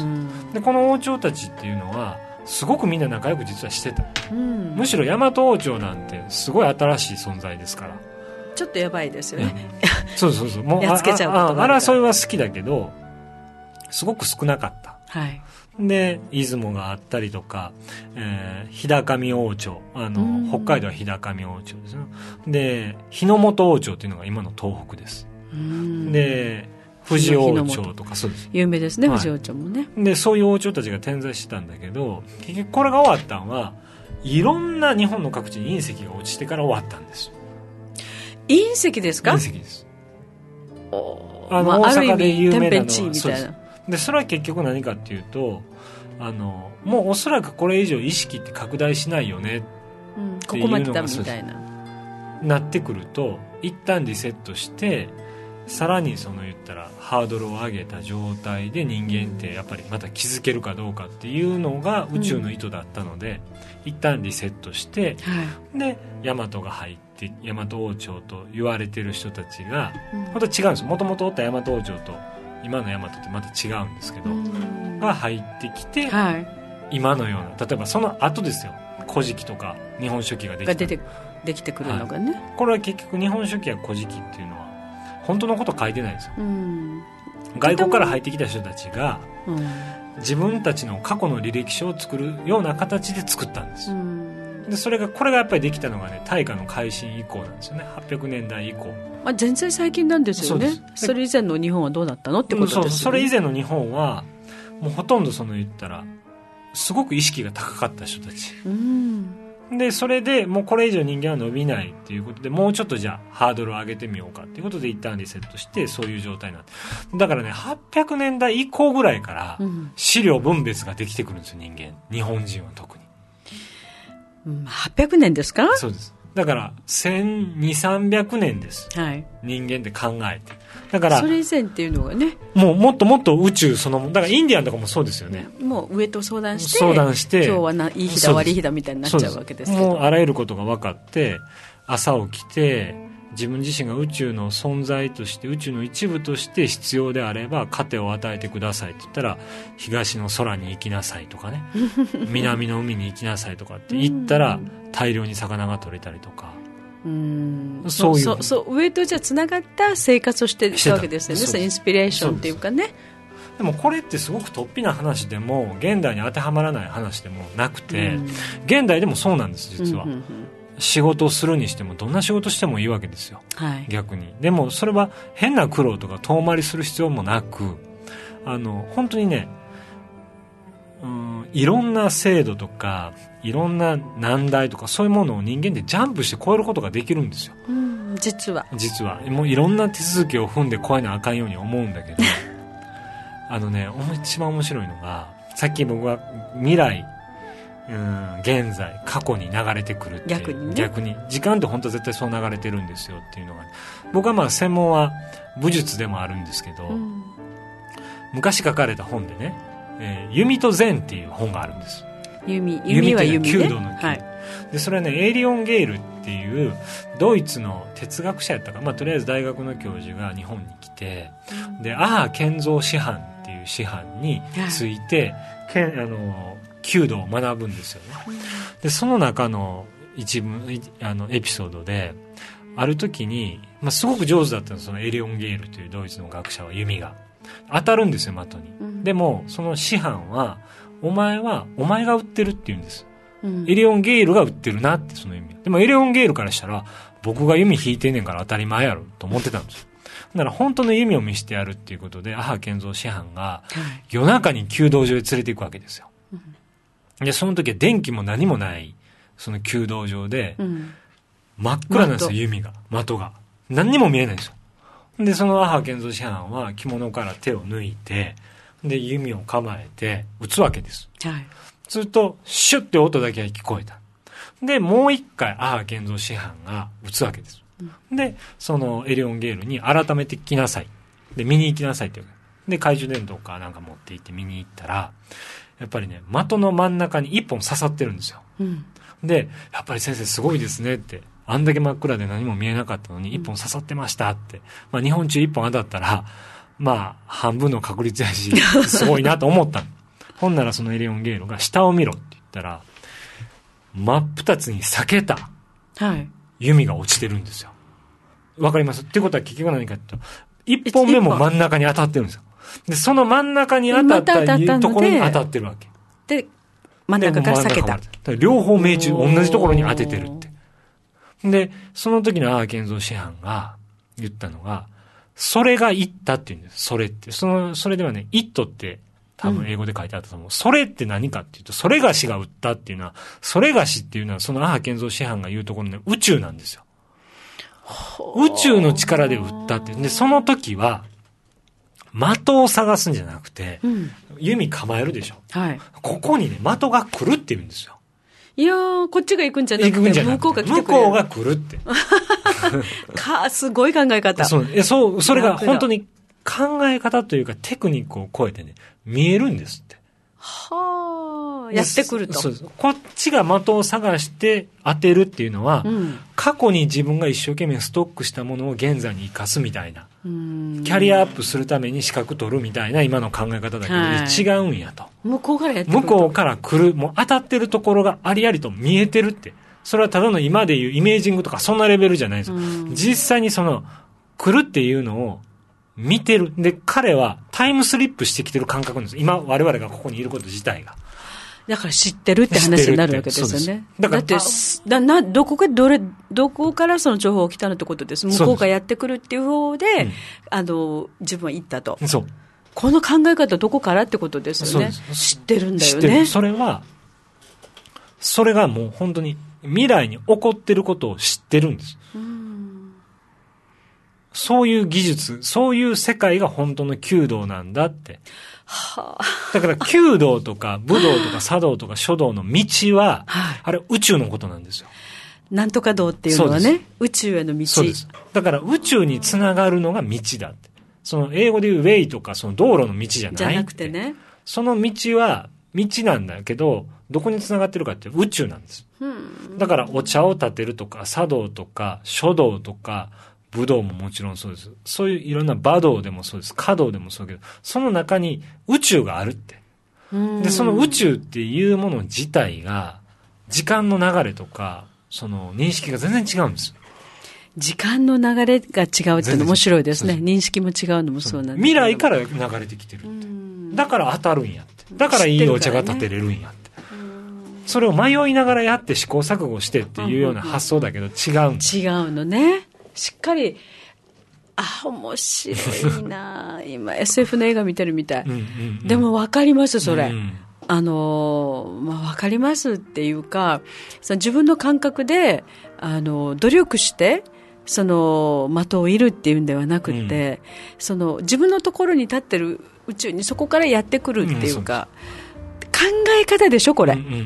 でこの王朝たちっていうのはすごくみんな仲良く実はしてた。むしろ大和王朝なんてすごい新しい存在ですから。 ちょっとやばいですよね。 そうそうそう。もうやっつけちゃうことがあるから。争いは好きだけどすごく少なかった。 はい。 で出雲があったりとか、えー、日高見王朝あの北海道は日高見王朝ですね。で日の本王朝というのが今の東北です。で富士王朝とかそうです有名ですね、はい、富士王朝もね。 でそういう王朝たちが点在してたんだけど結局これが終わったのはいろんな日本の各地に隕石が落ちてから終わったんです。 隕石ですか？ 隕石です。あの、まあ、大阪で有名なのは天変地異みたいな。 でそれは結局何かっていうとあのもうおそらくこれ以上意識って拡大しないよねっていうのが、うん、ここまでだみたいななってくると一旦リセットしてさらにその言ったらハードルを上げた状態で人間ってやっぱりまた気づけるかどうかっていうのが宇宙の意図だったので、うん、一旦リセットして、はい、で大和が入って大和王朝と言われてる人たちが、うん、また違うんです。もともとおった大和王朝と今の大和ってまた違うんですけど、うん、が入ってきて、はい、今のような例えばその後ですよ古事記とか日本書紀ができたが出てできてくるのがね、はい、 これは結局日本書紀や古事記っていうのは本当のこと書いてないんですよ、うん、外国から入ってきた人たちが、うん、自分たちの過去の履歴書を作るような形で作ったんです、うん、でそれがこれがやっぱりできたのがね大化の改新以降なんですよね。はっぴゃくねんだい以降、 まあ、全然最近なんですよね。 そ, それ以前の日本はどうだったのってことですよね、 うん、そうそれ以前の日本はもうほとんどその言ったらすごく意識が高かった人たち、うんでそれでもうこれ以上人間は伸びないっていうことでもうちょっとじゃあハードルを上げてみようかっていうことで一旦リセットしてそういう状態になってだからねはっぴゃくねんだい以降ぐらいから資料分別ができてくるんですよ人間日本人は特に、 うん、はっぴゃくねんですか？ そうです。だからせんにひゃくさんびゃくねんです、はい、人間で考えてだからそれ以前っていうのがねもうもっともっと宇宙そのだからインディアンとかもそうですよね。 もう上と相談して相談して今日はないい日だ悪い日だみたいになっちゃうわけですけどもうあらゆることが分かって朝起きて自分自身が宇宙の存在として宇宙の一部として必要であれば糧を与えてくださいって言ったら東の空に行きなさいとかね南の海に行きなさいとかって言ったら大量に魚が取れたりとかうんそういうそうそう上とじゃつながった生活をしていたわけですよね。そうインスピレーションっていうかね。 でもこれってすごく突飛な話でも現代に当てはまらない話でもなくて、うん、現代でもそうなんです実は、うんうんうん、仕事をするにしてもどんな仕事してもいいわけですよ、はい、逆に。でもそれは変な苦労とか遠回りする必要もなくあの本当にねうんいろんな制度とかいろんな難題とかそういうものを人間でジャンプして超えることができるんですよ、 うん、実は実はもういろんな手続きを踏んで超えなあかんように思うんだけどあのね一番面白いのがさっき僕は未来うん現在過去に流れてくるって逆にね逆に時間って本当は絶対そう流れてるんですよっていうのが、ね、僕はまあ専門は武術でもあるんですけど、うん、昔書かれた本でね、えー、弓と禅っていう本があるんです。 弓弓は弓ね弓道の弓、はい、でそれはねエイリオン・ゲイルっていうドイツの哲学者やったか、まあ、とりあえず大学の教授が日本に来て、うん、で阿波建造師範っていう師範について、はい、けあの弓道を学ぶんですよね。でその中の一部あのエピソードである時に、まあ、すごく上手だったのそのエリオン・ゲイルというドイツの学者は弓が当たるんですよ的に、うん、でもその師範はお前はお前が撃ってるって言うんです、うん、エリオン・ゲイルが撃ってるなってその弓。でもエリオン・ゲイルからしたら僕が弓引いてんねんから当たり前やろと思ってたんですよ。だから本当の弓を見せてやるっていうことで阿波建造師範が夜中に弓道場へ連れて行くわけですよ、うん、でその時は電気も何もないその弓道場で、うん、真っ暗なんですよ弓が的が何にも見えないんですよ。でその阿波建造師範は着物から手を抜いてで弓を構えて撃つわけです、はい、するとシュッて音だけが聞こえた。でもう一回阿波建造師範が撃つわけです。 うん、でそのエリオンゲールに改めて来なさいで見に行きなさいって言うで懐中電灯かなんか持って行って見に行ったらやっぱりね的の真ん中に一本刺さってるんですよ、うん、でやっぱり先生すごいですねってあんだけ真っ暗で何も見えなかったのに一本刺さってましたって、うん、まあ日本中一本当たったらまあ半分の確率やしすごいなと思ったのほんならそのエリオンゲールが下を見ろって言ったら真っ二つに裂けた弓が落ちてるんですよ。わかります？ってことは結局何かっていうと一本目も真ん中に当たってるんですよ。でその真ん中に当たったところに当たってるわけで真ん中から裂けた。 両方命中同じところに当ててるって。でその時の阿波健三師範が言ったのがそれが言ったって言うんです。それってそのそれではね it って多分英語で書いてあったと思う、うん、それって何かっていうとそれがしが撃ったっていうのはそれがしっていうのはその阿波健三師範が言うところの、ね、宇宙なんですよ。宇宙の力で撃ったってでその時は的を探すんじゃなくて、うん、弓構えるでしょ、はい、ここにね的が来るって言うんですよ。 いやーこっちが行くんじゃなくて向こうが来てくれる向こうが来るってかすごい考え方。 そうえそうそれが本当に考え方というかテクニックを超えてね見えるんですって。 はあやってくると。 そうです。こっちが的を探して当てるっていうのは、うん、過去に自分が一生懸命ストックしたものを現在に生かすみたいなキャリアアップするために資格取るみたいな今の考え方だけど、はい、違うんやと。 向こうからやってくる向こうから来るもう当たってるところがありありと見えてるって。それはただの今でいうイメージングとかそんなレベルじゃないんですよ。実際にその来るっていうのを見てる。で、彼はタイムスリップしてきてる感覚なんです。今、我々がここにいること自体が。 だから知ってるって話になるわけですよね。だから、だって、だな、どこか、どれ、どこからその情報が来たのってことです。向こうがやってくるっていう方で、うん、あの、自分は行ったと。そう。この考え方どこからってことですよね。知ってるんだよね。知ってる。 それは、それがもう本当に未来に起こってることを知ってるんです。うんそういう技術、そういう世界が本当の弓道なんだって。はあ、だから弓道とか武道とか茶道とか書道の道は、はい、あれ宇宙のことなんですよ。 なんとか道っていうのはね、宇宙への道。 そうです。だから宇宙につながるのが道だって。その英語で言うウェイとかその道路の道じゃないって。 じゃなくてね。 その道は道なんだけど、どこにつながってるかって宇宙なんです。うん、だからお茶を立てるとか茶道とか書道とか武道ももちろんそうです。そういういろんな馬道でもそうです。華道でもそうだけど、その中に宇宙があるって。で、その宇宙っていうもの自体が、時間の流れとか、その認識が全然違うんです。 時間の流れが違うっていうの面白いですね。認識も違うのもそうなんです。 未来から流れてきてるって。だから当たるんやって。だからいいお茶が立てれるんやって。それを迷いながらやって試行錯誤してっていうような発想だけど違うんです。 違うのね。しっかり、あ、面白いな今 エスエフ の映画見てるみたい。うんうんうん、でも分かります、それ。うん、あの、まあ、分かりますっていうか、その自分の感覚で、あの、努力して、その、的を射るっていうんではなくて、うん、その、自分のところに立ってる宇宙にそこからやってくるっていうか、うん考え方でしょこれ、うんうんうんうん、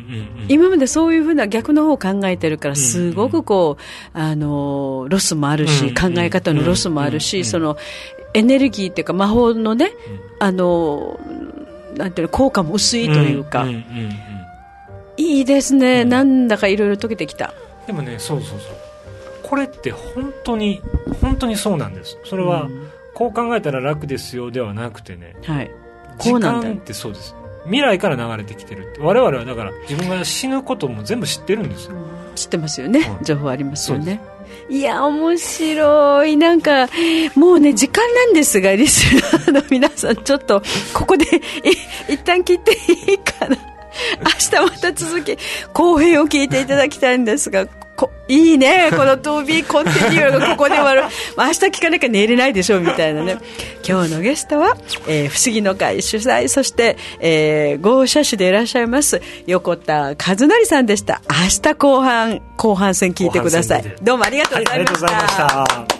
今までそういうふうな逆の方を考えてるからすごくこう、あのロスもあるし、うんうん、考え方のロスもあるし、うんうん、そのエネルギーっていうか魔法のね、うん、あのなんていうの効果も薄いというか、うんうんうんうん、いいですね、うん、なんだかいろいろ解けてきた。 でもねそうそうそうこれって本当に本当にそうなんです。それは、うん、こう考えたら楽ですよではなくてね、はい、時間ってそうです。未来から流れてきてるって。我々はだから自分が死ぬことも全部知ってるんですよ。 知ってますよね、うん、情報ありますよね。いや面白い。なんかもうね時間なんですがリスナーの皆さんちょっとここで一旦切っていいかな。明日また続き後編を聞いていただきたいんですがこいいねこの トゥービー コンティニューがここで終わる明日聞かなきゃ寝れないでしょみたいなね。今日のゲストは、えー、不思議の会主催そして、えー、豪社士でいらっしゃいます横田和成さんでした。明日後半後半戦聞いてください。どうもありがとうございました、はい、ありがとうございました。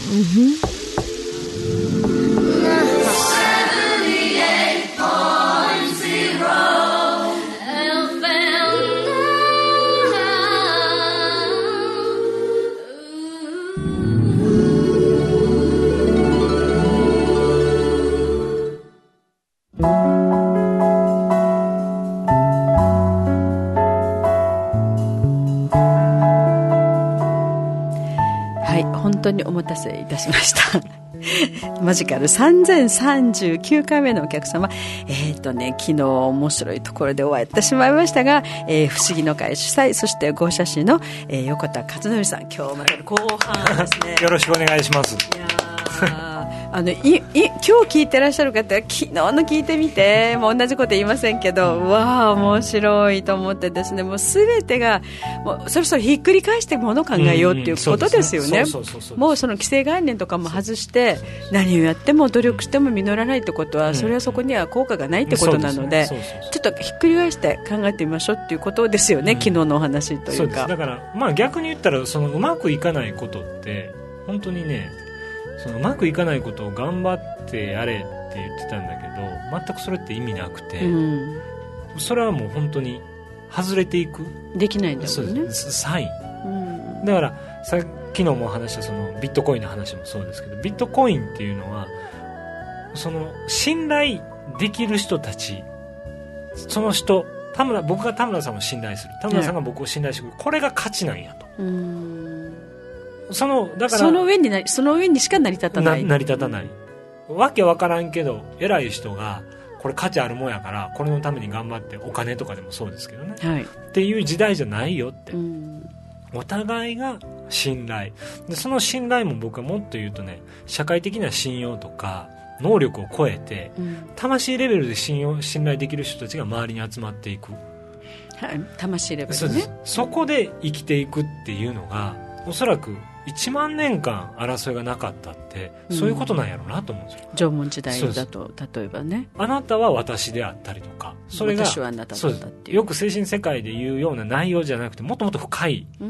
本当にお待たせいたしましたマジカルさんぜんさんじゅうきゅうかいめのお客様、えーとね、昨日面白いところで終わってしまいましたが、えー、不思議の会主催、そして合写師の、えー、横田勝則さん、今日また後半ですねよろしくお願いします。いやあのいい今日聞いてらっしゃる方は昨日の聞いてみて、もう同じこと言いませんけど、うわあ面白いと思ってですね、もう全てがもうそろそろひっくり返してものを考えようっていうことですよね。もうその既成概念とかも外して何をやっても努力しても実らないってことは、それはそこには効果がないってことなので、ちょっとひっくり返して考えてみましょうっていうことですよね、うん、昨日のお話というか。そうです。 だから、まあ、逆に言ったらそのうまくいかないことって本当にね、そのうまくいかないことを頑張ってやれって言ってたんだけど、全くそれって意味なくて、うん、それはもう本当に外れていくできないんだもんね、 サイン、うん、だからさ昨日も話したそのビットコインの話もそうですけど、ビットコインっていうのはその信頼できる人たち、その人田村僕が田村さんを信頼する、田村さんが僕を信頼してくる、これが価値なんやと。うん、そのだからその上になその上にしか成り立たない、 な成り立たない、わけわからんけど偉い人がこれ価値あるもんやからこれのために頑張って、お金とかでもそうですけどね、はい、っていう時代じゃないよって、うん、お互いが信頼で、その信頼も僕はもっと言うとね、社会的な信用とか能力を超えて、うん、魂レベルで信用信頼できる人たちが周りに集まっていく、はい、 魂レベルね。 そうです。そこで生きていくっていうのがおそらくいちまんねんかん争いがなかったって、うん、そういうことなんやろうなと思うんですよ。 縄文時代だと例えばね、 あなたは私であったりとか、それが私はあなただったっていう、 よく精神世界で言うような内容じゃなくて、もっともっと深い、うん、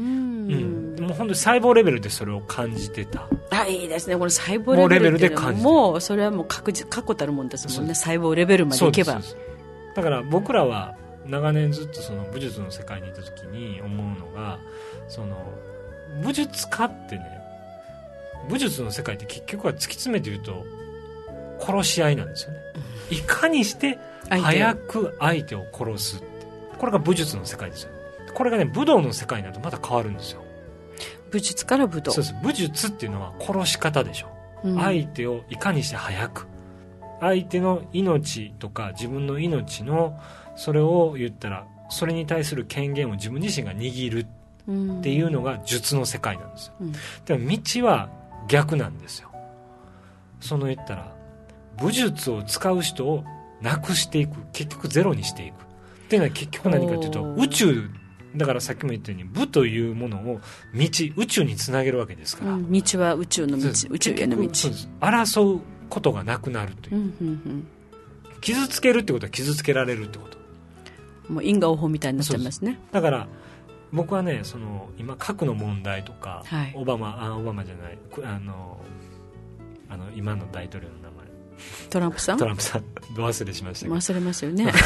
うん、もう本当に細胞レベルでそれを感じてた。 あ、いいですね、この細胞レベルっていうのももうそれはもう確実確固たるもんですもんね、細胞レベルまでいけば。 だから僕らは長年ずっとその武術の世界にいた時に思うのが、その武術家ってね、武術の世界って結局は突き詰めて言うと殺し合いなんですよね、うん、いかにして早く相手を殺すって、これが武術の世界ですよ。これがね、武道の世界になるとまた変わるんですよ。 武術から武道。 そうです。武術っていうのは殺し方でしょ、うん、相手をいかにして早く、相手の命とか自分の命のそれを言ったらそれに対する権限を自分自身が握るっていうのが術の世界なんですよ、うん、でも道は逆なんですよ。その言ったら武術を使う人をなくしていく、結局ゼロにしていくっていうのは結局何かというと、宇宙だからさっきも言ったように武というものを道宇宙につなげるわけですから、うん、 道は宇宙の道、宇宙への道、 争うことがなくなるという、うんうんうん、傷つけるってことは傷つけられるってこと、 もう因果応報みたいになっちゃいますね。 だから僕はね、その今核の問題とか、はい、オバマあオバマじゃないあのあの今の大統領の名前トランプさんトランプさんど忘れしましたけど、 忘れますよね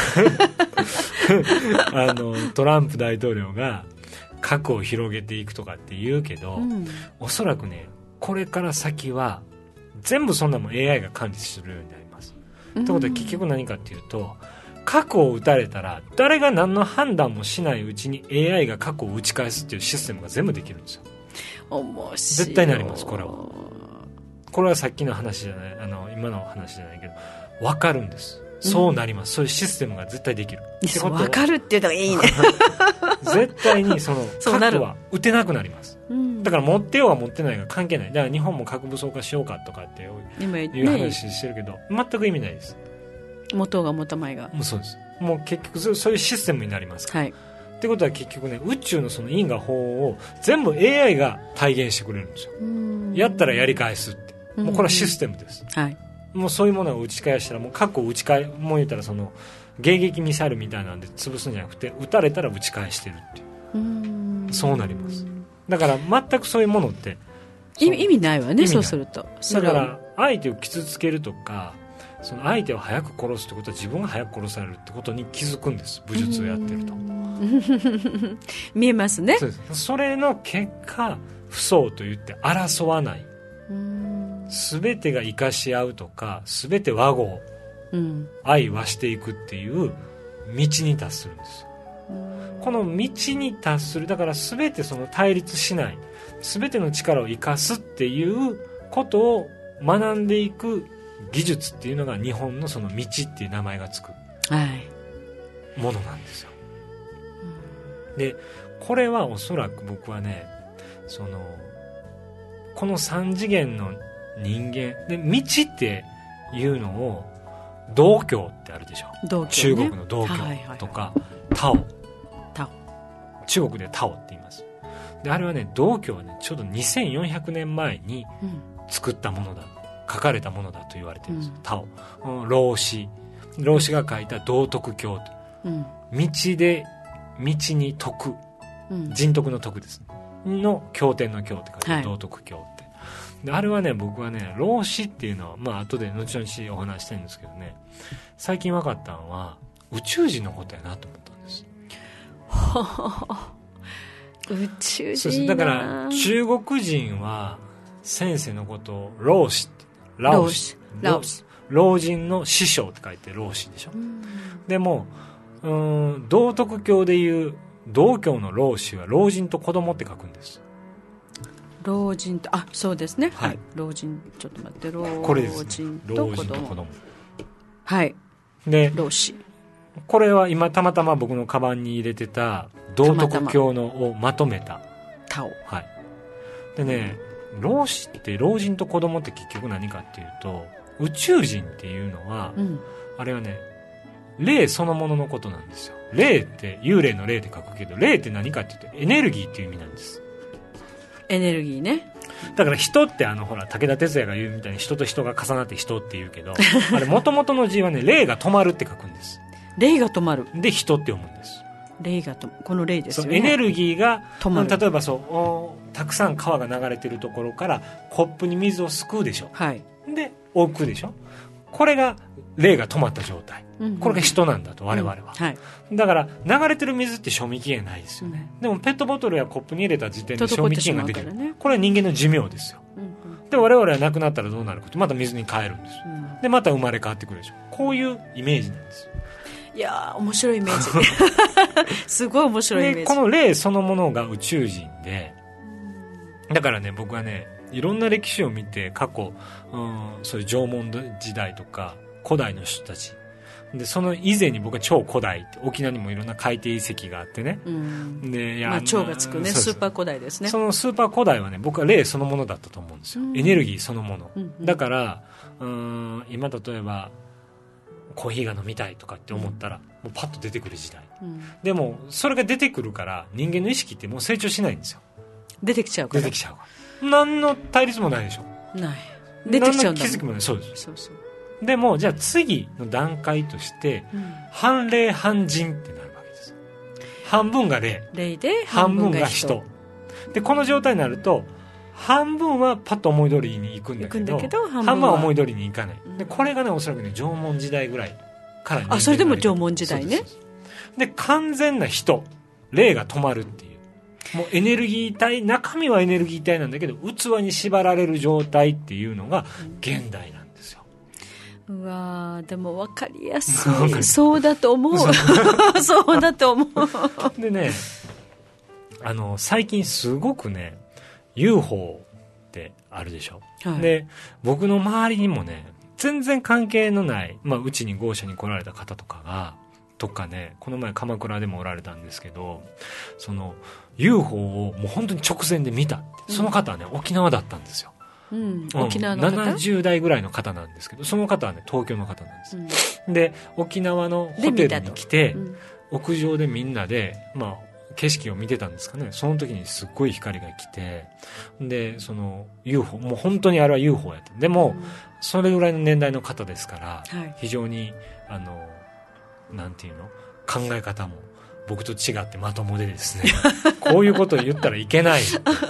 あのトランプ大統領が核を広げていくとかって言うけど、うん、おそらくねこれから先は全部そんなもん エーアイ が管理するようになります、うん、ということは結局何かっていうと、核を撃たれたら誰が何の判断もしないうちに エーアイ が核を撃ち返すっていうシステムが全部できるんですよ。 面白い。 絶対になります。これはこれはさっきの話じゃない、あの今の話じゃないけど分かるんです。そうなります、うん、そういうシステムが絶対できる。 分かるっていうのがいいね絶対にその核は撃てなくなります、うん、だから持ってようが持ってないが関係ない。だから日本も核武装化しようかとかっていう話してるけど、全く意味ないです。 持とうが持たまいがもうそうです。もう結局そういうシステムになりますから、はい、ってことは結局ね、宇宙のその因果法を全部 エーアイ が体現してくれるんですよ。やったらやり返すって、もうこれはシステムです、はい、もうそういうものを打ち返したらもう核を打ち返もう言ったらその迎撃ミサイルみたいなんで潰すんじゃなくて、撃たれたら打ち返してるっていう、うーんそうなります。だから全くそういうものって意味ないわね、そうすると。 だから相手を傷つけるとか、その相手を早く殺すってことは自分が早く殺されるってことに気づくんです、武術をやってると。 見えますね。 そうです。それの結果、不相といって争わない、全てが生かし合うとか、全て和合、うん、愛はしていくっていう道に達するんです。この道に達する、だから全てその対立しない、全ての力を生かすっていうことを学んでいく技術っていうのが日本のその道っていう名前がつくものなんですよ、はい、でこれはおそらく僕はね、そのこの三次元の人間で、道っていうのを道教ってあるでしょ、道教ね、中国の道教とか、はいはいはい、タオタオ中国でタオって言います。であれはね、道教はね、ちょうどにせんよんひゃくねんまえに作ったものだ、うん、書かれたものだと言われてるんですよ、うん、タオ、うん、老子老子が書いた道徳経と、うん、道で道に徳、うん、人徳の徳ですねの経典の経って書いて、はい、道徳経って。であれはね、僕はね、老子っていうのは、まあ後で後々お話してるんですけどね、最近分かったのは宇宙人のことやなと思ったんです。 宇宙人な。 そうです。だから中国人は先生のことを老子って、老子老子老人の師匠って書いて老子でしょ。でもうーん、道徳経でいう道教の老子は老人と子供って書くんです。 老人と、あ、そうですね、はい、老人、ちょっと待って、老人と子供、これですね、老人と子供、はい、で老子、 これは今たまたま僕のカバンに入れてた道徳経のをまとめたタオ、 はい、でね、老子って老人と子供って結局何かっていうと、宇宙人っていうのは、うん、あれはね、霊そのもののことなんですよ。霊って幽霊の霊って書くけど、霊って何かっていうとエネルギーっていう意味なんです。 エネルギーね。 だから人ってあのほら武田鉄矢が言うみたいに人と人が重なって人って言うけどあれ元々の字はね、霊が止まるって書くんです。 霊が止まるで人って読むんです。 霊がと、この霊ですよね。 エネルギーが止まる。例えばそうたくさん川が流れてるところからコップに水をすくうでしょ、はい、で置くでしょ。これが霊が止まった状態、うんうん、これが人なんだと我々は、うん、はい、だから流れてる水って賞味期限ないですよね、うん、でもペットボトルやコップに入れた時点で賞味期限が出てる、ね、これは人間の寿命ですよ、うんうん、で我々は亡くなったらどうなるかと、また水に変えるんです、うん、でまた生まれ変わってくるでしょ。こういうイメージなんです。 いやー面白いイメージすごい面白いイメージで、 この霊そのものが宇宙人で、だからね、僕はね、いろんな歴史を見て過去、うん、そういう縄文時代とか古代の人たちで、その以前に僕は超古代って沖縄にもいろんな海底遺跡があってね、うん、で、いや、 まあ、超がつくね、スーパー古代ですね。 そのスーパー古代はね、僕は霊そのものだったと思うんですよ、うん、エネルギーそのもの、うんうん、だからうーん、今例えばコーヒーが飲みたいとかって思ったら、もうパッと出てくる時代、うん、でもそれが出てくるから人間の意識ってもう成長しないんですよ。 出てきちゃうから。 出てきちゃうから、何の対立もないでしょ。 ない。出てきちゃうんだもん。何の気づきもない。そうです。そうそう。でもじゃあ次の段階として、うん、半霊半人ってなるわけです。半分が霊、 霊で半分が人で、この状態になると半分はパッと思い通りに行くんだけ ど, けど半分は思い通りに行かない、うん、でこれがね、おそらくね、縄文時代ぐらいから人間が、 あ、それでも縄文時代ね。 で完全な人、霊が止まるっていう、もうエネルギー体、中身はエネルギー体なんだけど器に縛られる状態っていうのが現代なんですよ。 うわー、でも分かりやすいそうだと思うそうだと思うでね、あの最近すごくね ユーフォー ってあるでしょ、はい、で僕の周りにもね、全然関係のない、まあ、うちに豪舎に来られた方とかがとかね、この前鎌倉でもおられたんですけど、その ユーフォー をもう本当に直前で見たって、うん、その方はね沖縄だったんですよ、 うん、沖縄の方、 ななじゅう代ぐらいの方なんですけど、その方はね東京の方なんです、うん、で沖縄のホテルに来て、うん、屋上でみんなで、まあ、景色を見てたんですかね。その時にすっごい光が来て、でその ユーフォー、もう本当にあれは ユーフォー やって、でも、うん、それぐらいの年代の方ですから、はい、非常にあのなんていうの、考え方も僕と違ってまともでですねこういうことを言ったらいけない、う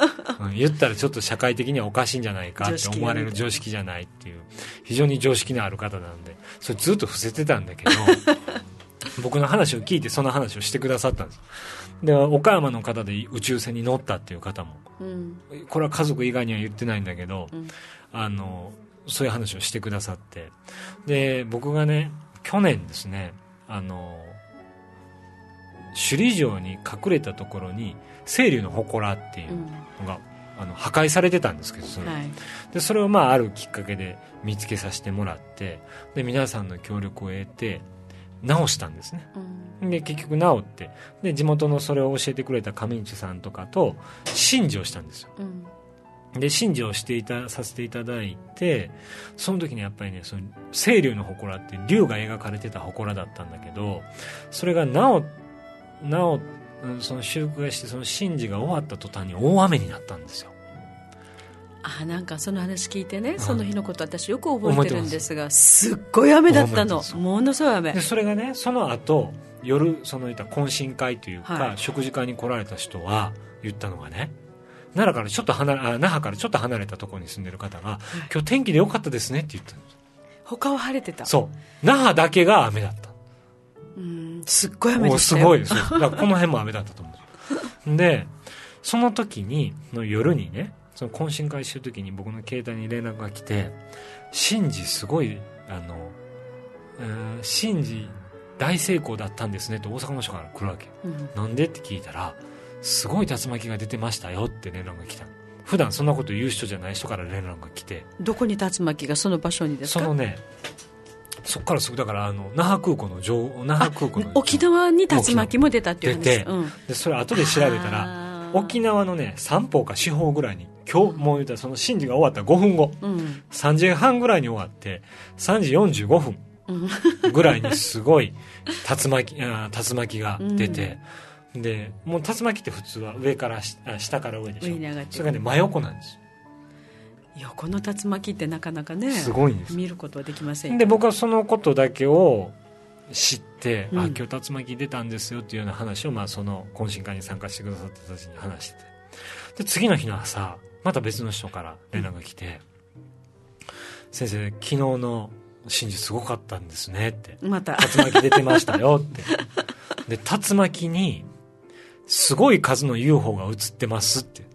うん、言ったらちょっと社会的にはおかしいんじゃないかって思われる常識じゃないっていう非常に常識のある方なんでそれずっと伏せてたんだけど僕の話を聞いてその話をしてくださったんです。で岡山の方で宇宙船に乗ったっていう方も、うん、これは家族以外には言ってないんだけど、うん、あのそういう話をしてくださって、で僕がね去年ですねあの首里城に隠れたところに清流の祠っていうのが、うん、あの破壊されてたんですけどそれ、はい、でそれをまああるきっかけで見つけさせてもらってで皆さんの協力を得て直したんですね、うん、で結局直ってで地元のそれを教えてくれた上市さんとかと神事をしたんですよ、うん、で神事をしていたさせていただいてその時にやっぱりねその清流の祠って竜が描かれてた祠だったんだけどそれが直直その修復がしてその神事が終わった途端に大雨になったんですよ。 あなんかその話聞いてねその日のこと私よく覚えてるんですがすっごい雨だったのものすごい雨でそれがねその後夜そのいった懇親会というか、はい、食事会に来られた人は言ったのがね奈良からちょっと離れあ那覇からちょっと離れたところに住んでる方が、はい、今日天気で良かったですねって言ったんです。 他は晴れてた。 そう那覇だけが雨だった。 うんすっごい雨でしたよ。 すごいですよだからこの辺も雨だったと思うでその時にの夜にねその懇親会してる時に僕の携帯に連絡が来て神事すごいあの、えー、神事大成功だったんですねって大阪の人から来るわけ、うん、なんでって聞いたらすごい竜巻が出てましたよって連絡が来た。普段そんなこと言う人じゃない人から連絡が来てどこに竜巻がその場所にですか。 そのねそこからすぐだからあの那覇空港の上那覇空港の沖縄に竜巻も出たっていう話出て、うん、でそれ後で調べたら沖縄のねさんぽうかしほうぐらいに今日もう言ったらその神事が終わったごふんご、うん、さんじはんぐらいに終わってさんじよんじゅうごふんぐらいにすごい竜巻あ竜巻が出て、うん、でもう竜巻って普通は上から下から上でしょ。それがね真横なんです。 横の竜巻ってなかなかねすごいんです。 見ることはできません。 で僕はそのことだけを知って、うん、あ今日竜巻出たんですよっていうような話を、まあ、その懇親会に参加してくださった人たちに話しててで次の日の朝また別の人から連絡が来て、うん、先生昨日の神事すごかったんですねってまた竜巻出てましたよってで竜巻にすごい数の ユーフォー が映ってますって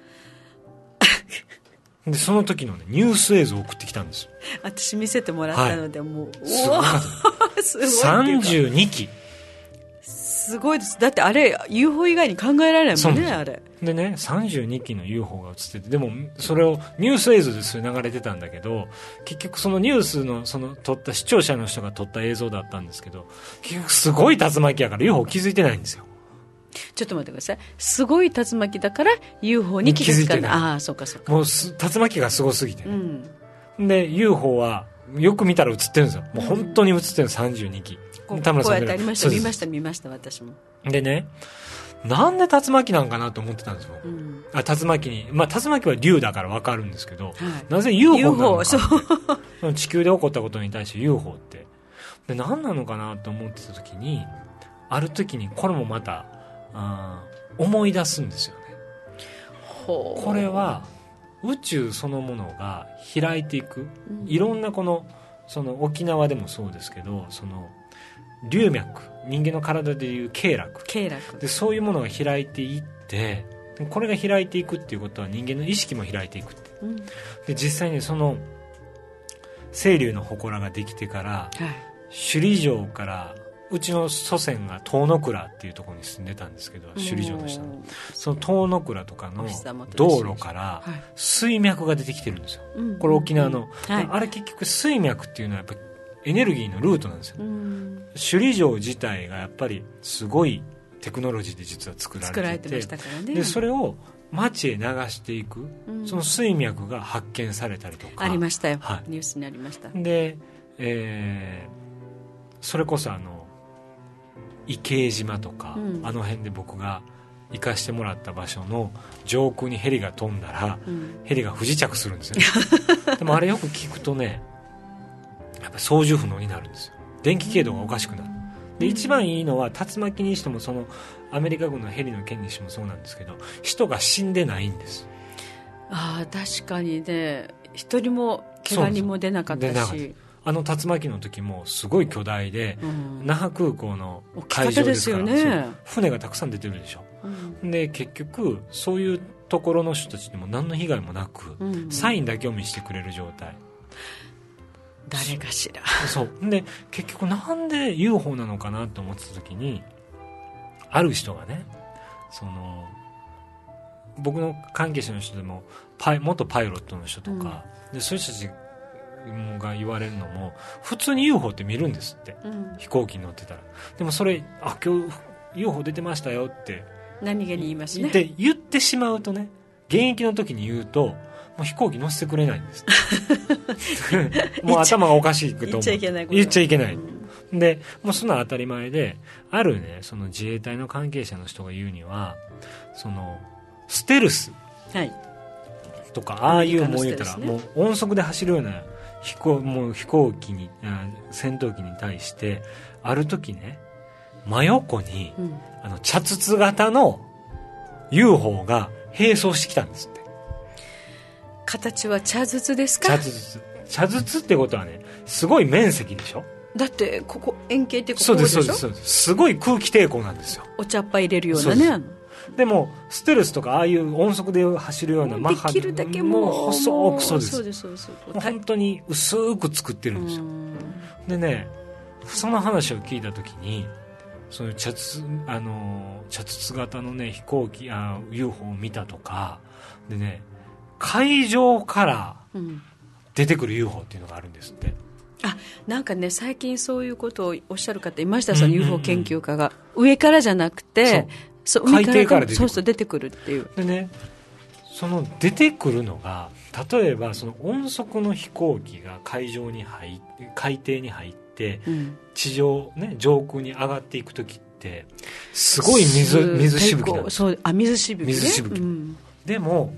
でその時の、ね、ニュース映像を送ってきたんです。 私見せてもらったので、はい、もうすごかったすごいさんじゅうにきすごいです。だってあれ ユーフォー 以外に考えられないもんね。あれでねさんじゅうにきの ユーフォー が映っててでもそれをニュース映像でそれ流れてたんだけど結局そのニュースのその撮った視聴者の人が撮った映像だったんですけど結局すごい竜巻やから ユーフォー 気づいてないんですよ。 ちょっと待ってください。すごい竜巻だから ユーフォー に気づかない。ああそうかそうか。 もう竜巻がすごすぎて、ねうん、で ユーフォー はよく見たら映ってるんですよ。もう本当に映ってるのさんじゅうにき、 うん、田村さんこうやってありました見ました見ました私も。 でねなんで竜巻なんかなと思ってたんですよ、うん、あ竜巻に、まあ、竜巻は竜だから分かるんですけど、はい、なぜ ユーフォー なのか ユーフォー そう地球で起こったことに対して ユーフォー ってで何なのかなと思ってた時にある時にこれもまたあ思い出すんですよね。これは宇宙そのものが開いていく、うん、いろんなこのその沖縄でもそうですけどその龍脈人間の体でいう経絡経絡でそういうものが開いていってこれが開いていくっていうことは人間の意識も開いていくって、うん、で実際にその清流の祠ができてから、はい、首里城からうちの祖先が遠野倉っていうところに住んでたんですけど首里城の下のその遠野倉とかの道路から水脈が出てきてるんですよ、はい、これ沖縄の、うんはい、あれ結局水脈っていうのはやっぱりエネルギーのルートなんですよ、うん、首里城自体がやっぱりすごいテクノロジーで実は作られてて、作られてましたからね。でそれを町へ流していく、うん、その水脈が発見されたりとかありましたよ、はい、ニュースにありました。 で、えー、それこそあの伊計島とか、うん、あの辺で僕が行かしてもらった場所の上空にヘリが飛んだら、うん、ヘリが不時着するんですよねでもあれよく聞くとねやっぱり操縦不能になるんですよ。電気系統がおかしくなる。で一番いいのは竜巻にしてもそのアメリカ軍のヘリの件にしてもそうなんですけど人が死んでないんです。 ああ確かにね、一人も怪我人も出なかったし、 あの竜巻の時もすごい巨大で、うん、那覇空港の海上ですから、 ですよね、 船がたくさん出てるでしょ、うん、で結局そういうところの人たちにも何の被害もなく、うんうん、サインだけを見せてくれる状態。 誰かしら。 そうで結局なんで ユーフォー なのかなと思ってた時に、ある人がね、その僕の関係者の人でもパイ元パイロットの人とか、うん、でそういう人たちが言われるのも、普通に ユーフォー って見るんですって、うん、飛行機に乗ってたら。でもそれ、あ、今日 ユーフォー 出てましたよって何気に言いますね。 で言ってしまうとね、現役の時に言うともう飛行機乗せてくれないんですもう頭がおかしいと思う。 言っちゃいけないこと言っちゃいけない、うん、でもうそんな当たり前で、あるね、その自衛隊の関係者の人が言うには、そのステルスとか、はい、ああいうもう言うたら、ね、もう音速で走るような飛行、もう飛行機に、戦闘機に対してある時ね、真横に、うん、あの茶筒型の ユーフォー が並走してきたんですって。 形は茶筒ですか？ 茶筒。茶筒ってことはね、すごい面積でしょ。 だってここ円形ってここでしょ。 そうですそうですそうです。すごい空気抵抗なんですよ。 お茶っ葉入れるようなね。あのでもステルスとかああいう音速で走るようなマッハできるだけもうもう細く、そうです、 そうですそうです。 もう本当に薄く作ってるんですよ。でね、その話を聞いた時に、そういう茶筒、あの茶筒型のね飛行機、あ ユーフォー を見たとかでね、海上から出てくる ユーフォー っていうのがあるんですって。 あ、なんかね、最近そういうことをおっしゃる方いました。その ユーフォー 研究家が、うんうんうん、上からじゃなくて、 そう海底から出てくる。 そうそう出てくるっていう。 でね、その出てくるのが、例えばその音速の飛行機が海上に入って海底に入って、うん、地上ね上空に上がっていく時ってすごい水水しぶきなんです。 そう、あ、水しぶき、ね、 水しぶき、うん、でも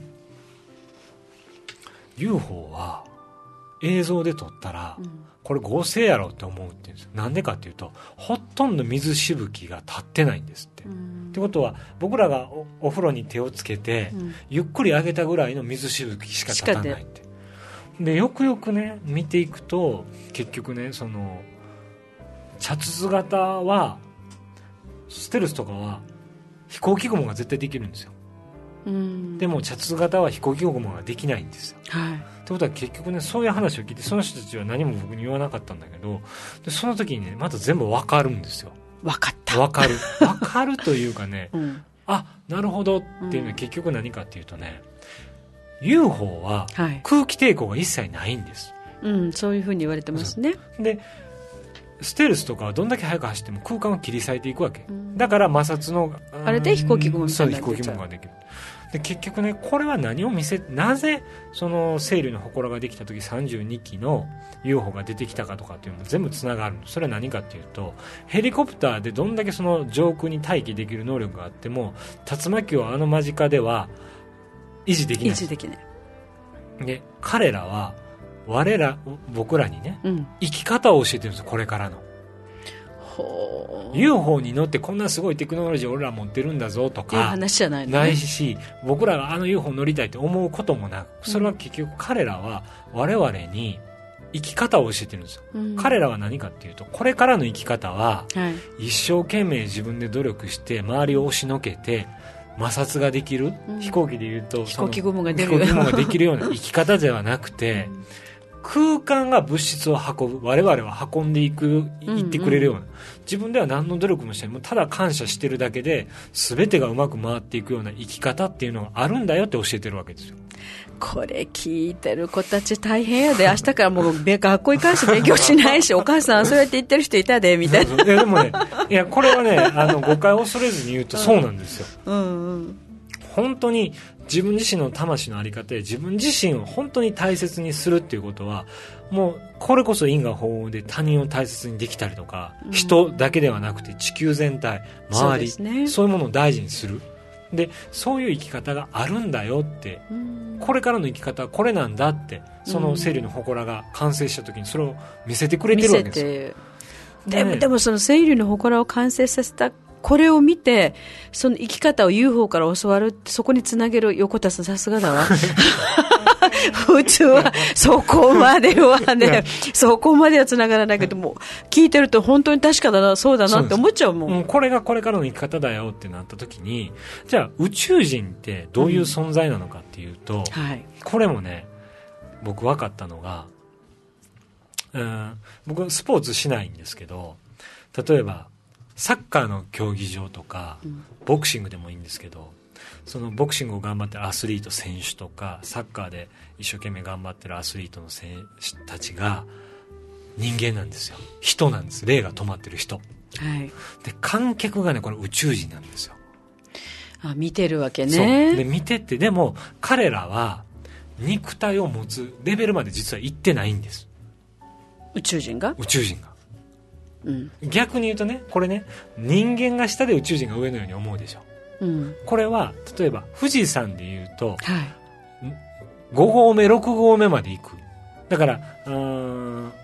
ユーフォー は映像で撮ったら、うん、これ合成やろって思うって言うんですよ。なんでかっていうと、ほとんど水しぶきが立ってないんですって。うん、ってことは僕らが お, お風呂に手をつけて、うん、ゆっくり上げたぐらいの水しぶきしか立たないって。でよくよくね見ていくと、結局ね、その茶筒型はステルスとかは飛行機雲が絶対できるんですよ。うん、でも茶筒型は飛行機雲ができないんですよ。はい、ってことは結局ね、そういう話を聞いて、その人たちは何も僕に言わなかったんだけど、でその時にねまた全部分かるんですよ。 分かった分かる分かるというかね、うん、あ、なるほどっていうのは結局何かっていうとね、うん、ユーフォー は空気抵抗が一切ないんです、 はい、うん、そういうふうに言われてますね。 でステルスとかはどんだけ速く走っても空間を切り裂いていくわけ、うん、だから摩擦のあれで飛行機雲みたいになっちゃう。 そう、飛行機雲ができる。で結局ね、これは何を見せ、なぜその清流の祠ができた時さんじゅうにきの ユーフォー が出てきたかとかっていうのも全部つながる。それは何かっていうと、ヘリコプターでどんだけその上空に待機できる能力があっても、竜巻をあの間近では維持できない。 維持できない。 で彼らは我ら僕らにね、うん、生き方を教えてるんですよ、これからの。ユーフォー に乗ってこんなすごいテクノロジー俺ら持ってるんだぞとかいう話じゃないの、ね、 ないし、僕らがあの ユーフォー 乗りたいって思うこともなく、それは結局彼らは我々に生き方を教えてるんですよ、うん、彼らは何かっていうと、これからの生き方は、はい、一生懸命自分で努力して周りを押しのけて摩擦ができる、うん、飛行機でいうと飛行機雲が出る飛行機雲ができるような生き方ではなくて、うん、空間が物質を運ぶ、我々は運んでいく、いってくれるような、うんうん、自分では何の努力もしてない、もうただ感謝してるだけで全てがうまく回っていくような生き方っていうのがあるんだよって教えてるわけですよ。 これ聞いてる子たち大変やで、明日からもう学校行かんし勉強しないしお母さんそうやって言ってる人いたでみたいな。 そうそう、いやでもね、いやこれはね、あの誤解を恐れずに言うとそうなんですよ、うんうんうん、本当に自分自身の魂の在り方で自分自身を本当に大切にするっていうことは、もうこれこそ因果法で他人を大切にできたりとか、うん、人だけではなくて地球全体周り そうですね、そういうものを大事にする。でそういう生き方があるんだよって、うん、これからの生き方はこれなんだって、その清流の祠が完成した時にそれを見せてくれてるわけですよ。 でも、でもその清流の祠を完成させたこれを見てその生き方を ユーフォー から教わる、そこにつなげる横田さんさすがだわ普通はそこまではねそこまではつながらないけども、聞いてると本当に確かだな、そうだなって思っちゃうもん。 うん、これがこれからの生き方だよってなった時に、じゃあ宇宙人ってどういう存在なのかっていうと、うん、はい、これもね僕分かったのが、うん、僕スポーツしないんですけど、例えばサッカーの競技場とか、うん、ボクシングでもいいんですけど、そのボクシングを頑張ってるアスリート選手とか、サッカーで一生懸命頑張ってるアスリートの選手たちが人間なんですよ。人なんです。霊が止まってる人、はい、で観客がねこれ宇宙人なんですよ。 あ、見てるわけね。 そうで見てて、でも彼らは肉体を持つレベルまで実は行ってないんです。 宇宙人が宇宙人が、うん、逆に言うとね、これね、人間が下で宇宙人が上のように思うでしょ、うん、これは例えば富士山で言うと、はい、ご合目ろく合目まで行く。だからうーん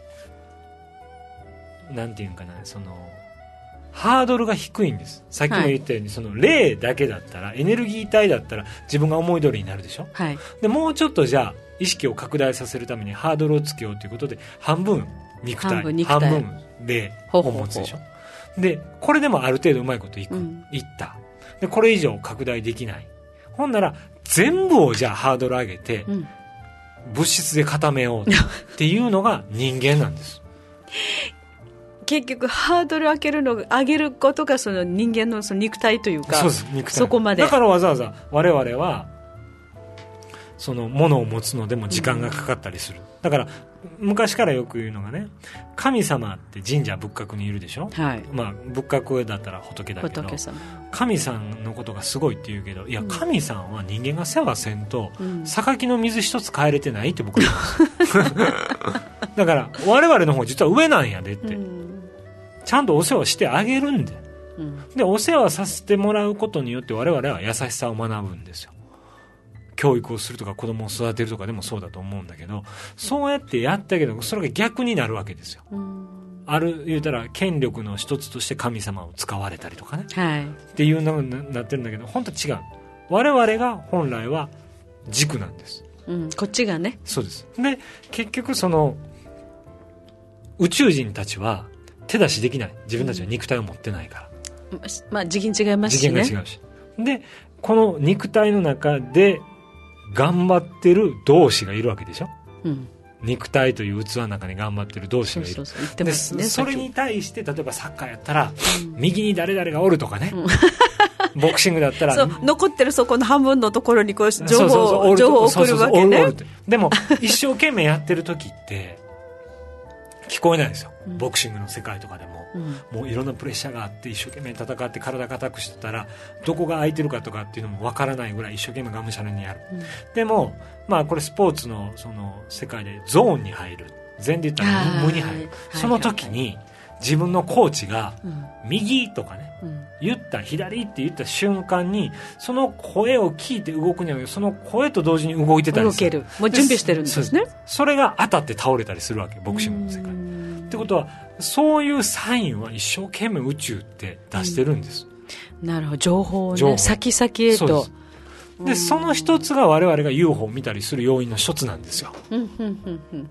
なんていうんかな、そのハードルが低いんです。さっきも言ったように、はい、その霊だけだったら、エネルギー体だったら自分が思い通りになるでしょ、はい、でもうちょっとじゃあ意識を拡大させるためにハードルをつけようということで、半分肉体、半分、肉体半分霊を持つでしょ。ほうほうほう。でこれでもある程度うまいこといく、うん、いったでこれ以上拡大できない。ほんなら全部をじゃあハードル上げて、うん、物質で固めようっていうのが人間なんです結局ハードル上げるの上げることがその人間のその肉体というか、 そうです、肉体。 そこまで。 だからわざわざ我々はその物を持つのでも時間がかかったりする、うん、だから昔からよく言うのがね、神様って神社仏閣にいるでしょ、はい、まあ、仏閣だったら仏だけど、神さんのことがすごいって言うけど、いや神さんは人間が世話せんと、うん、杯の水一つ変えれてないって僕は言いますだから我々の方が実は上なんやでって、うん、ちゃんとお世話してあげるんで、うん、でお世話させてもらうことによって我々は優しさを学ぶんですよ。教育をするとか子供を育てるとかでもそうだと思うんだけど、そうやってやったけどそれが逆になるわけですよ。ある言うたら権力の一つとして神様を使われたりとかね、はい、っていうのになってるんだけど、本当は違う。我々が本来は軸なんです、 うん、こっちがね。 そうです。で結局その宇宙人たちは手出しできない。自分たちは肉体を持ってないから、 うん、まあ次元違いますしね。 次元が違うし、でこの肉体の中で頑張ってる同志がいるわけでしょ、うん、肉体という器の中に頑張ってる同志がいる。そうそうそう、言ってますね。でそれに対して例えばサッカーやったら、うん、右に誰々がおるとかね、うん、ボクシングだったらそう残ってるそこの半分のところにこう情報、そうそうそう、情報を送るわけね。そうそうそう、 でも一生懸命やってる時って聞こえないですよ、うん、ボクシングの世界とかでも、うん、もういろんなプレッシャーがあって一生懸命戦って体固くしてたらどこが空いてるかとかっていうのもわからないぐらい一生懸命がむしゃらにやる、うん、でもまあこれスポーツのその世界でゾーンに入る、禅で言ったら無に入る、その時に自分のコーチが右とかね、うん、言った左って言った瞬間にその声を聞いて動くんじゃなくて、その声と同時に動いてたりする。 動ける、もう準備してるんですね。 そ, それが当たって倒れたりするわけ、ボクシングの世界ってことは、そういうサインは一生懸命宇宙って出してるんです、 うん、なるほど。情報をね、先々へと。 で, でその一つが我々が ユーフォー を見たりする要因の一つなんですよ、 うんうんうんうん、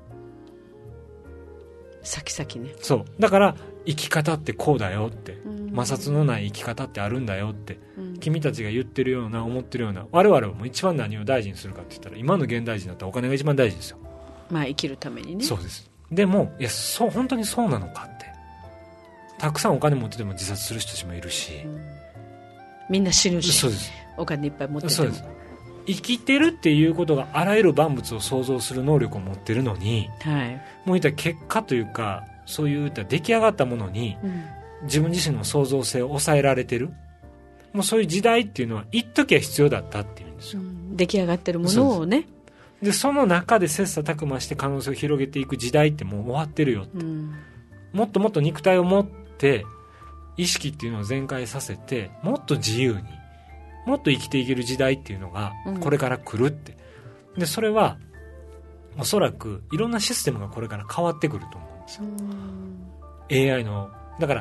先々ね。 そうだから生き方ってこうだよって、摩擦のない生き方ってあるんだよって、うん、君たちが言ってるような思ってるような、我々も一番何を大事にするかって言ったら、今の現代人だったらお金が一番大事ですよ。 まあ生きるためにね。 そうです。でもいやそう本当にそうなのかって、たくさんお金持ってても自殺する人たちもいるし、うん、みんな死ぬし。そうです。お金いっぱい持ってても。そうです。生きてるっていうことがあらゆる万物を創造する能力を持ってるのに、はい、もう言ったら結果というかそういう出来上がったものに、うん、自分自身の創造性を抑えられてる、もうそういう時代っていうのは一時は必要だったっていうんですよ、うん、出来上がってるものをね。でその中で切磋琢磨して可能性を広げていく時代ってもう終わってるよって、うん、もっともっと肉体を持って意識っていうのを全開させて、もっと自由にもっと生きていける時代っていうのがこれから来るって、うん、でそれはおそらくいろんなシステムがこれから変わってくると思うんですよ、うん、エーアイ のだから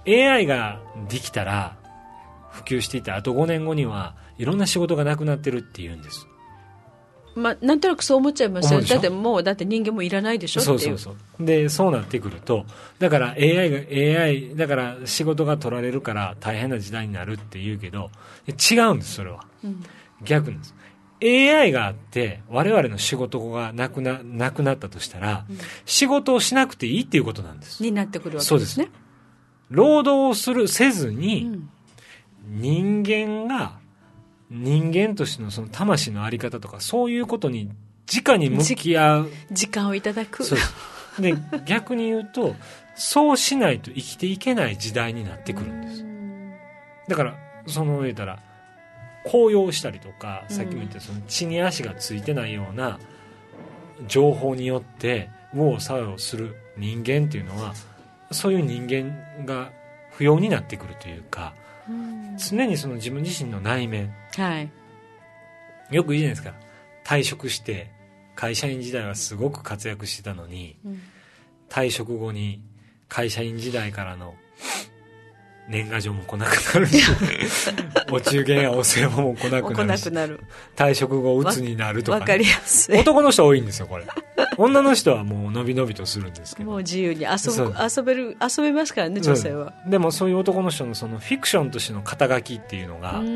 エーアイ ができたら普及していたあとごねんごにはいろんな仕事がなくなってるっていうんです。 まあ、なんとなくそう思っちゃいますよ。だってもうだって人間もいらないでしょっていう。 そうそうそう。でそうなってくるとだから エーアイ が エーアイ だから仕事が取られるから大変な時代になるって言うけど違うんですそれは、うん、逆なんです。 エーアイ があって我々の仕事がなくな、なくなったとしたら、うん、仕事をしなくていいっていうことなんです。 になってくるわけですね。 そうです。労働をするせずに、うん、人間が人間としてのその魂のあり方とかそういうことに直に向き合う時間をいただく。 そうで逆に言うとそうしないと生きていけない時代になってくるんです。だからその上たら高揚したりとか、さっきも言ったその地に足がついてないような情報によって右往左往する人間っていうのはそういう人間が不要になってくるというか、常にその自分自身の内面、はい、よく言うじゃないですか。退職して会社員時代はすごく活躍してたのに、うん、退職後に会社員時代からの年賀状も来なくなるお中元やお歳暮も来なくなるしなる退職後鬱になるとか、ね、 わかりやすい。 男の人多いんですよこれ女の人はもうのびのびとするんですけど、 もう自由に遊ぶ遊べる遊べますからね女性は、 うん、でもそういう男の人のそのフィクションとしての肩書きっていうのが、うん、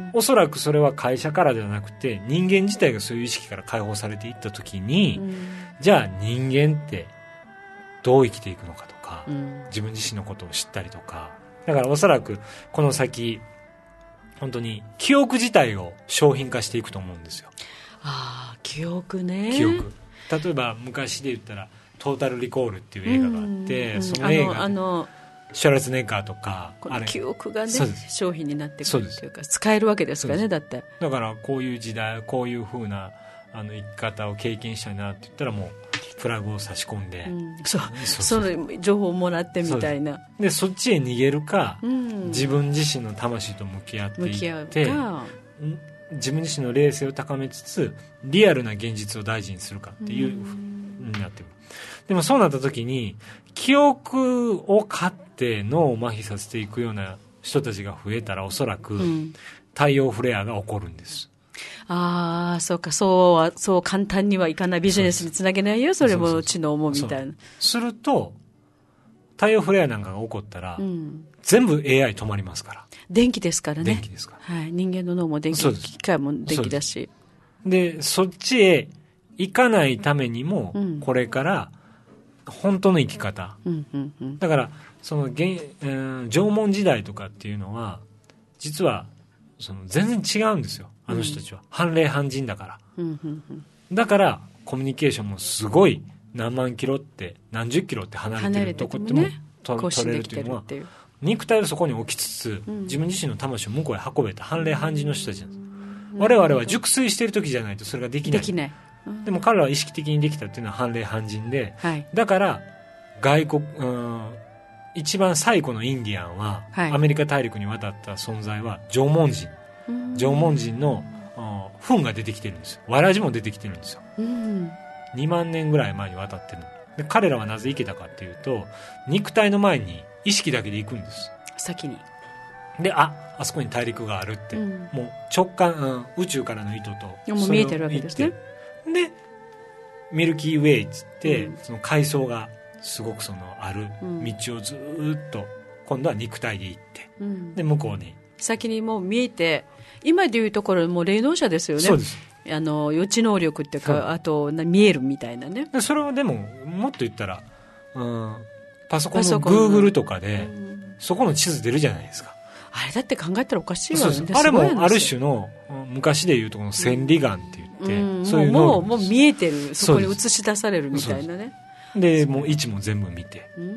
おそらくそれは会社からではなくて人間自体がそういう意識から解放されていった時に、うん、じゃあ人間ってどう生きていくのかとか、うん、自分自身のことを知ったりとか、だからおそらくこの先本当に記憶自体を商品化していくと思うんですよ。 ああ、記憶ね。 記憶、例えば昔で言ったらトータルリコールっていう映画があって、うん、その映画あのあのシュワルツェネッガーとかこの記憶がね商品になってくるっていうか使えるわけですからね。だってだからこういう時代こういう風なあの生き方を経験したいなって言ったらもうプラグを差し込んで、うん、 そうそうその情報をもらってみたいな。 でそっちへ逃げるか、うん、自分自身の魂と向き合っていって自分自身の霊性を高めつつリアルな現実を大事にするかっていうふうになってる。でもそうなった時に記憶を買って脳を麻痺させていくような人たちが増えたらおそらく太陽フレアが起こるんです、 うん、ああそうか、そうはそう簡単にはいかない、ビジネスにつなげないよそれも知能もみたいな。 すると太陽フレアなんかが起こったら、うん、全部 エーアイ 止まりますから。 電気ですからね。 電気ですから、 はい、人間の脳も電気、機械も電気だし、 でそっちへ行かないためにも、うん、これから本当の生き方、うんうんうん、だからその現、うん、縄文時代とかっていうのは実はその全然違うんですよ。あの人たちは、うん、半霊半人だから、うんうんうん、だからコミュニケーションもすごい何万キロって何十キロって離れてるとこっても、ね、取れるというのは肉体をそこに置きつつ、うん、自分自身の魂を向こうへ運べた半霊半人の人たちなんです、うん、我々は熟睡している時じゃないとそれができない。 できない。 でも彼らは意識的にできたっていうのは半霊半人で、はい、だから外国、うん、一番最古のインディアンは、はい、アメリカ大陸に渡った存在は縄文人、縄文人の糞が出てきてるんですよ。わらじも出てきてるんですよ。にまんねんぐらい前に渡ってるので、彼らはなぜ行けたかっていうと肉体の前に意識だけで行くんです。 先にで、あ、あそこに大陸があるって、うん、もう直感、うん、宇宙からの意図ともう見えてるわけですね。 でミルキーウェイっつって、うん、その階層がすごくそのある道をずっと今度は肉体で行って、うん、で向こうに先にもう見えて、今でいうところもう霊能者ですよね。 そうです。 あの予知能力っていうか、あと見えるみたいなね。 それはでももっと言ったら、うん、パソコンのグーグルとかで、うん、そこの地図出るじゃないですか。 あれだって考えたらおかしいわね。 そうです。あれもある種の昔でいうとこの千里眼って言って、うん、そういうのをもう見えてる、そこに映し出されるみたいなね。 でもう位置も全部見て、 うん、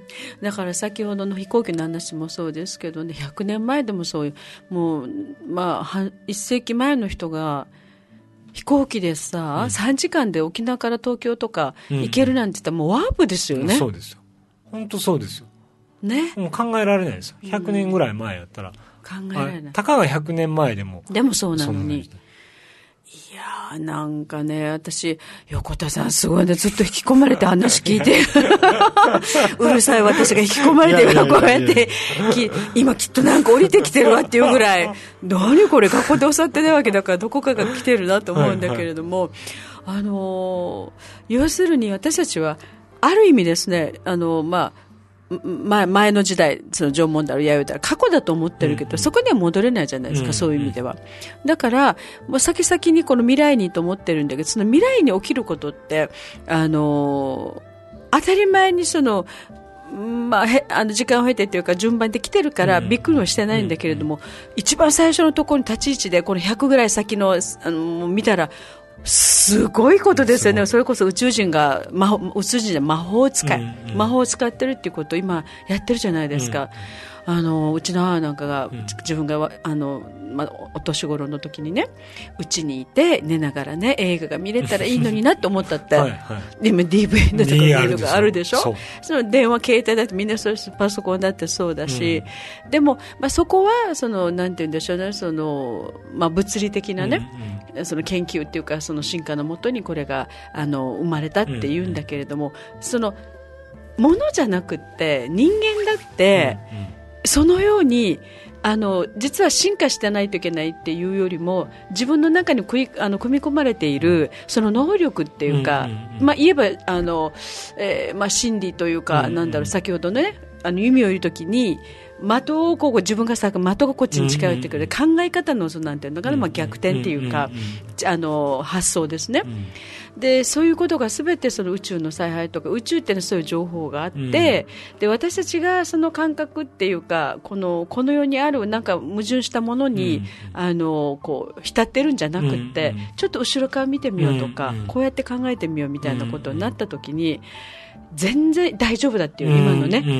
だから先ほどの飛行機の話もそうですけどね、ひゃくねんまえでもそういうもう、まあ、いっ世紀前の人が飛行機でさ、うん、さんじかんで沖縄から東京とか行けるなんて言ったらもうワープですよね、 うん、そうですよ、本当そうですよ、 ね、 もう考えられないですよ。ひゃくねんぐらい前やったら、うん、 考えられない。 たかがひゃくねんまえでもでもそうなのにいやーなんかね、私、横田さんすごいね、ずっと引き込まれて話聞いて、うるさい私が引き込まれてるのこうやってき、今きっとなんか降りてきてるわっていうぐらい、何これ学校で教わってないわけだからどこかが来てるなと思うんだけれども、はいはい、あのー、要するに私たちは、ある意味ですね、あのー、まあ、前, 前の時代、その縄文だろ弥生だろ過去だと思ってるけど、うんうん、そこには戻れないじゃないですか、うんうん、そういう意味では。だからもう先々にこの未来にと思ってるんだけど、その未来に起きることってあの当たり前にそのまあ、へあの時間を経てというか順番で来てるからびっくりはしてないんだけれども、うんうん、一番最初のところに立ち位置でこのひゃくぐらい先の、あの見たらすごいことですよね。それこそ宇宙人が魔法、宇宙人で魔法を使い、うんうん、魔法を使ってるっていうことを今やってるじゃないですか。うん、あのうちの母なんかが、うん、自分があの、まあ、お年頃の時にね、うちにいて寝ながらね映画が見れたらいいのになって思ったってはい、はい、でも ディーブイエヌ とかいうのがあるでしょ。そ, その電話携帯だってみんなそうパソコンだってそうだし、うん、でも、まあ、そこはそのなんて言うんでしょうね、その、まあ、物理的なね、うんうん、その研究っていうかその進化のもとにこれがあの生まれたっていうんだけれども、うんうん、そのものじゃなくって人間だって、うんうん、そのようにあの実は進化してないといけないっていうよりも自分の中に組み、あの組み込まれているその能力っていうか、うんうんうん、まあ、言えばあの、えーまあ、心理というか、うんうん、なんだろう、先ほどねあの弓を射るときに的をこう自分がさ的がこっちに近寄ってくる、うんうん、考え方のなんていうのかな、まあ、逆転っていうか、うんうんうん、あの発想ですね、うん、でそういうことがすべてその宇宙の采配とか宇宙っていうのはそういう情報があって、うん、で私たちがその感覚っていうかこの、この世にあるなんか矛盾したものに、うん、あのこう浸ってるんじゃなくって、うん、ちょっと後ろから見てみようとか、うん、こうやって考えてみようみたいなことになったときに全然大丈夫だっていう、今のね、うんうんうん、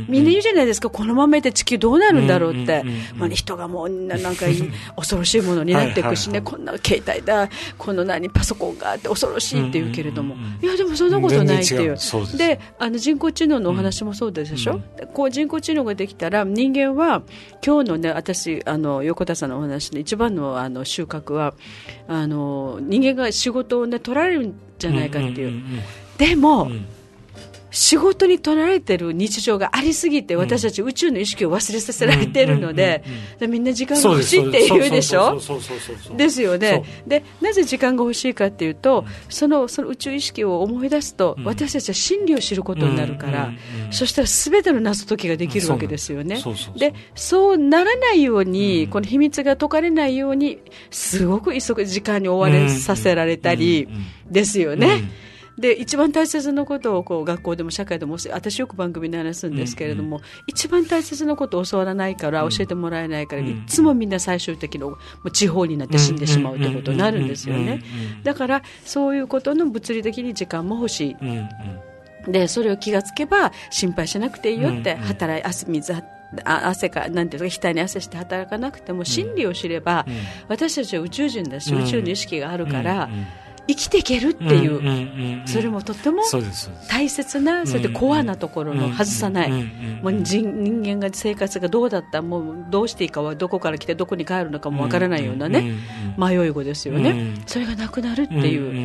みんな言うじゃないですか、このままいて地球どうなるんだろうって、うんうんうんまあね、人がもうなんか恐ろしいものになっていくしね、はいはいはい、こんな携帯だ、この何パソコンがあって恐ろしいって言うけれども、うんうんうん、いやでもそんなことないっていう、であの人工知能のお話もそうですでしょ、うん、こう人工知能ができたら人間は今日のね、私あの横田さんのお話の一番の、あの収穫はあの人間が仕事をね取られるんじゃないかっていう、うんうんうん、でも、うん仕事に取られている日常がありすぎて私たち宇宙の意識を忘れさせられているので、みんな時間が欲しいって言うでしょ。ですよね。でなぜ時間が欲しいかっていうと、その、その宇宙意識を思い出すと私たちは真理を知ることになるから、そしたら全ての謎解きができるわけですよね。でそうならないように、この秘密が解かれないようにすごく急ぐ時間に追われさせられたりですよね。で一番大切なことをこう学校でも社会でも私よく番組で話すんですけれども、うんうん、一番大切なことを教わらないから教えてもらえないから、うん、いつもみんな最終的にもう地方になって死んでしまうということになるんですよね。だからそういうことの物理的に時間も欲しい、うんうん、でそれを気がつけば心配しなくていいよって、うんうん、働い汗水汗かなんていうか額に汗して働かなくても真理を知れば、うん、私たちは宇宙人だし、うん、宇宙の意識があるから、うんうん生きていけるっていう、うんうんうんうん、それもとっても大切な、それでコアなところの外さない、うんうん、もう 人, 人間が生活がどうだったもうどうしていいかはどこから来てどこに帰るのかもわからないようなね、うんうん、迷い子ですよね、うん、それがなくなるっていう、うんうん、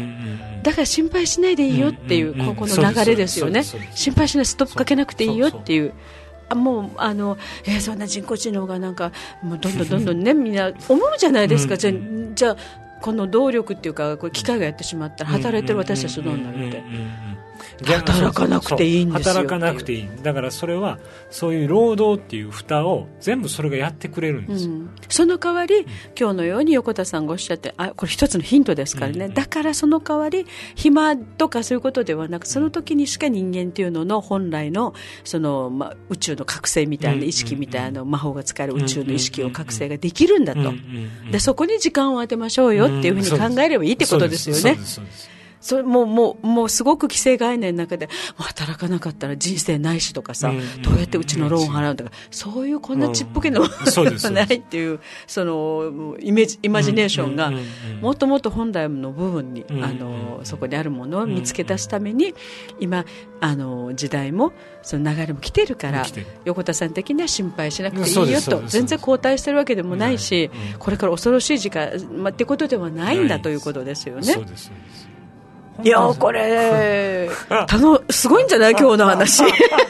だから心配しないでいいよっていう、うんうん、ここの流れですよね。心配しないストップかけなくていいよっていうもうあの、えー、そんな人工知能がなんかもうどんどんどんどんねみんな思うじゃないですか、うん、じゃあ、じゃあこの動力っていうかこれ機械がやってしまったら働いてる私たちどうなるって働かなくていいんですよ。 働かなくていい。だからそれはそういう労働っていう蓋を全部それがやってくれるんですよ、うん、 その代わり、うん、今日のように横田さんがおっしゃってあこれ一つのヒントですからね、うん、だからその代わり暇とかそういうことではなくその時にしか人間っていうのの本来のその、まあ、宇宙の覚醒みたいな意識みたいな魔法が使える宇宙の意識を覚醒ができるんだと、でそこに時間を当てましょうよっていうふうに考えればいいってことですよね。それもうもうもうすごく既成概念の中で働かなかったら人生ないしとかさ、うん、どうやってうちのローン払うとか、そういうこんなちっぽけなものがないっていうそのイメージイマジネーションがもっともっと本来の部分に、うん、あのそこにあるものを見つけ出すために、うん、今あの時代もその流れも来てるから横田さん的には心配しなくていいよと、全然後退してるわけでもないし、うん、これから恐ろしい時間、まあ、ってことではないんだということですよね。 そうですそうです。 いやこれたのすごいんじゃない今日の話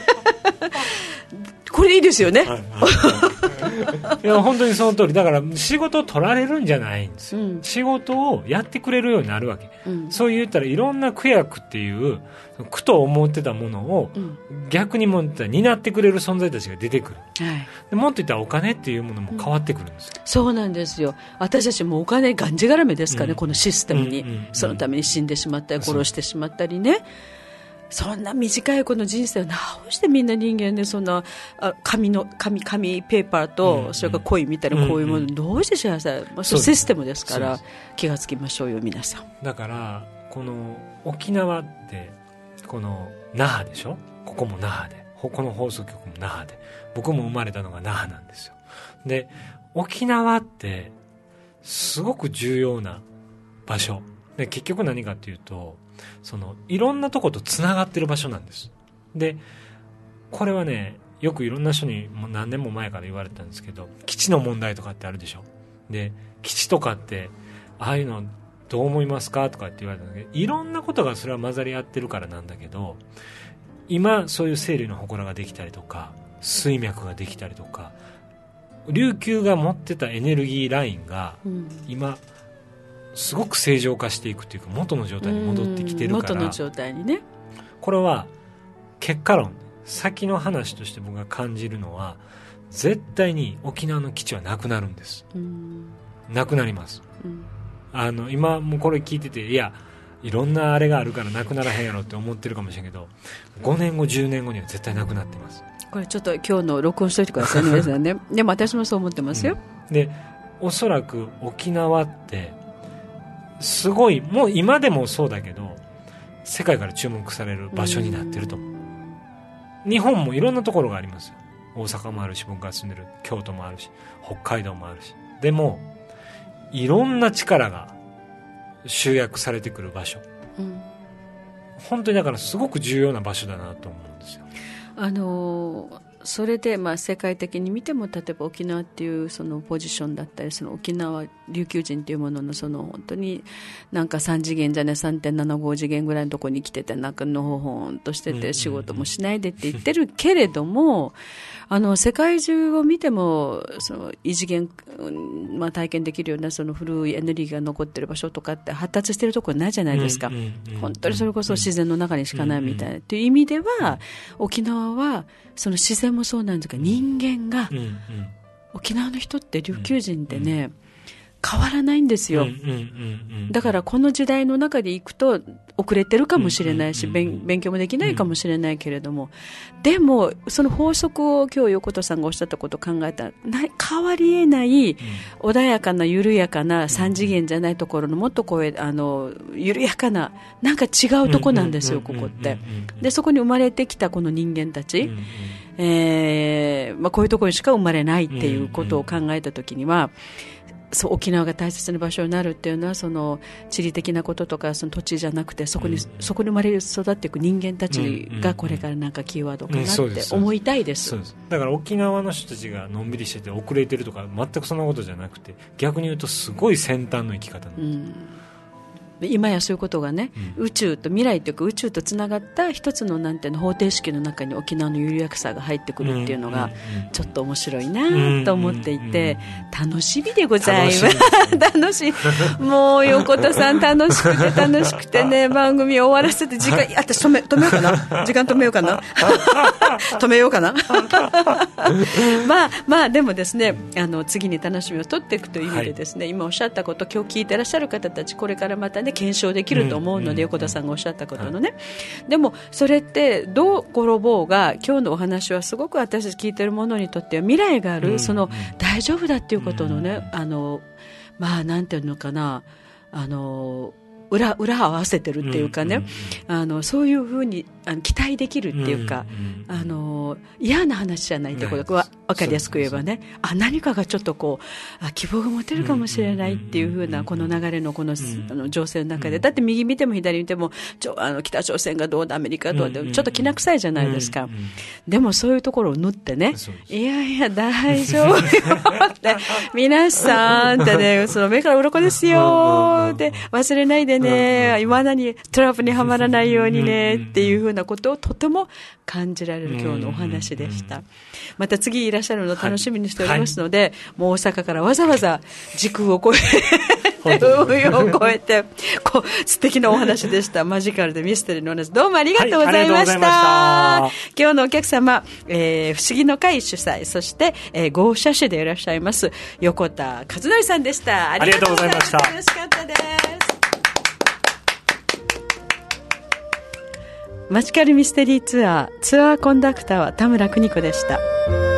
これいいですよね、はいはい、いや本当にその通りだから、仕事を取られるんじゃないんですよ、うん、仕事をやってくれるようになるわけ、うん、そう言ったらいろんな苦役っていう苦と思ってたものを、うん、逆にもったら担ってくれる存在たちが出てくる、はい、でもっと言ったらお金っていうものも変わってくるんですよ、 うん、そうなんですよ。私たちもお金がんじがらめですからね、うん、このシステムに、うんうんうん、そのために死んでしまったり殺してしまったりね、そんな短いこの人生を直してみんな人間でそんなあ紙の紙紙ペーパーと、うんうん、それからコインみたいなこういうものどうして幸せ、まあ、そうシステムですから気がつきましょうよ皆さん。 だからこの沖縄ってこの那覇でしょ、ここも那覇で、この放送局も那覇で、僕も生まれたのが那覇なんですよ。で沖縄ってすごく重要な場所で、結局何かっていうとそのいろんなとことつながってる場所なんです。でこれはねよくいろんな人にもう何年も前から言われたんですけど、基地の問題とかってあるでしょ。で基地とかってああいうのどう思いますかとかって言われたんだけど、いろんなことがそれは混ざり合ってるからなんだけど、今そういう生理の祠ができたりとか水脈ができたりとか、琉球が持ってたエネルギーラインが今すごく正常化していくというか元の状態に戻ってきてるから、 元の状態にね、 これは結果論先の話として僕が感じるのは、絶対に沖縄の基地はなくなるんです。なくなります、うん、あの今もうこれ聞いてて、いやいろんなあれがあるからなくならへんやろって思ってるかもしれんけど、ごねんごじゅうねんごには絶対なくなってます。 これちょっと今日の録音しといてくださいね皆さんねでも私もそう思ってますよ、 うん、でおそらく沖縄ってすごい、もう今でもそうだけど世界から注目される場所になってると思う。日本もいろんなところがありますよ。大阪もあるし、僕が住んでる京都もあるし、北海道もあるし、でもいろんな力が集約されてくる場所、うん、本当にだからすごく重要な場所だなと思うんですよ。 あのーそれでまあ世界的に見ても、例えば沖縄っていうそのポジションだったり、その沖縄琉球人というもののその本当になんかさん次元じゃね さんてんななご 次元ぐらいのところに来てて、なんかのほほんとしてて仕事もしないでって言ってるけれども、あの世界中を見てもその異次元、まあ、体験できるようなその古いエネルギーが残ってる場所とかって発達してるところないじゃないですか。本当にそれこそ自然の中にしかないみたいなという意味では、沖縄はその自然もそうなんですが、人間が、うんうん、沖縄の人って琉球人ってね、うん、変わらないんですよ、うんうんうんうん、だからこの時代の中でいくと遅れてるかもしれないし、うんうんうん、勉強もできないかもしれないけれども、うん、でもその法則を今日横田さんがおっしゃったことを考えたら、変わり得ない、うん、穏やかな緩やかな三次元じゃないところのもっとこうあの緩やかななんか違うとこなんですよ、ここって。でそこに生まれてきたこの人間たち、うんうん、えーまあ、こういうところにしか生まれないっていうことを考えたときには、そう沖縄が大切な場所になるっていうのは、その地理的なこととかその土地じゃなくて、そこに、うん、そこに生まれ育っていく人間たちがこれからなんかキーワードかなって思いたいです。 そうです。だから沖縄の人たちがのんびりしてて遅れてるとか全くそんなことじゃなくて、逆に言うとすごい先端の生き方なんです、うん今やそういうことがね、うん、宇宙と未来というか宇宙とつながった一つのなんていうの方程式の中に沖縄の緩やかさが入ってくるっていうのがちょっと面白いなと思っていて、楽しみでございます。楽しい。もう横田さん楽しくて楽しくてね、番組終わらせて時間、私止め、止めようかな時間止めようかな止めようかなまあまあでもですね、あの次に楽しみを取っていくという意味でですね、はい、今おっしゃったこと、今日聞いてらっしゃる方たちこれからまたね検証できると思うので、うん、横田さんがおっしゃったことのね、はい、でもそれってどう転ぼうが今日のお話はすごく私たち聞いてるものにとっては未来がある、うん、その大丈夫だっていうことのね、うん、あのまあなんていうのかな、あの裏裏合わせてるっていうかね、うんうんうん、あのそういうふうにあの期待できるっていうか、うんうん、あの嫌な話じゃないってことが分かりやすく言えばね、あ何かがちょっとこうあ希望が持てるかもしれないっていうふうなこの流れのこの、うん、あの情勢の中で、だって右見ても左見てもちょあの北朝鮮がどうだアメリカがどうだ、うんうん、ちょっときな臭いじゃないですか、うんうん、でもそういうところを縫ってね、いやいや大丈夫よって皆さんってね、その目から鱗ですよって忘れないでね、いまだにトラップにはまらないようにねっていうふうなことをとても感じられる今日のお話でした。また次いらっしゃるのを楽しみにしておりますので、はいはい、もう大阪からわざわざ時空を超え海を越えてこう素敵なお話でした。マジカルでミステリーのお話、どうもありがとうございました。はい、今日のお客様、えー、不思議の会主催、そして、えー、合社師でいらっしゃいます横田和則さんでした。ありがとうございました。楽しかったです。マジカルミステリーツアーツアーコンダクターは田村邦子でした。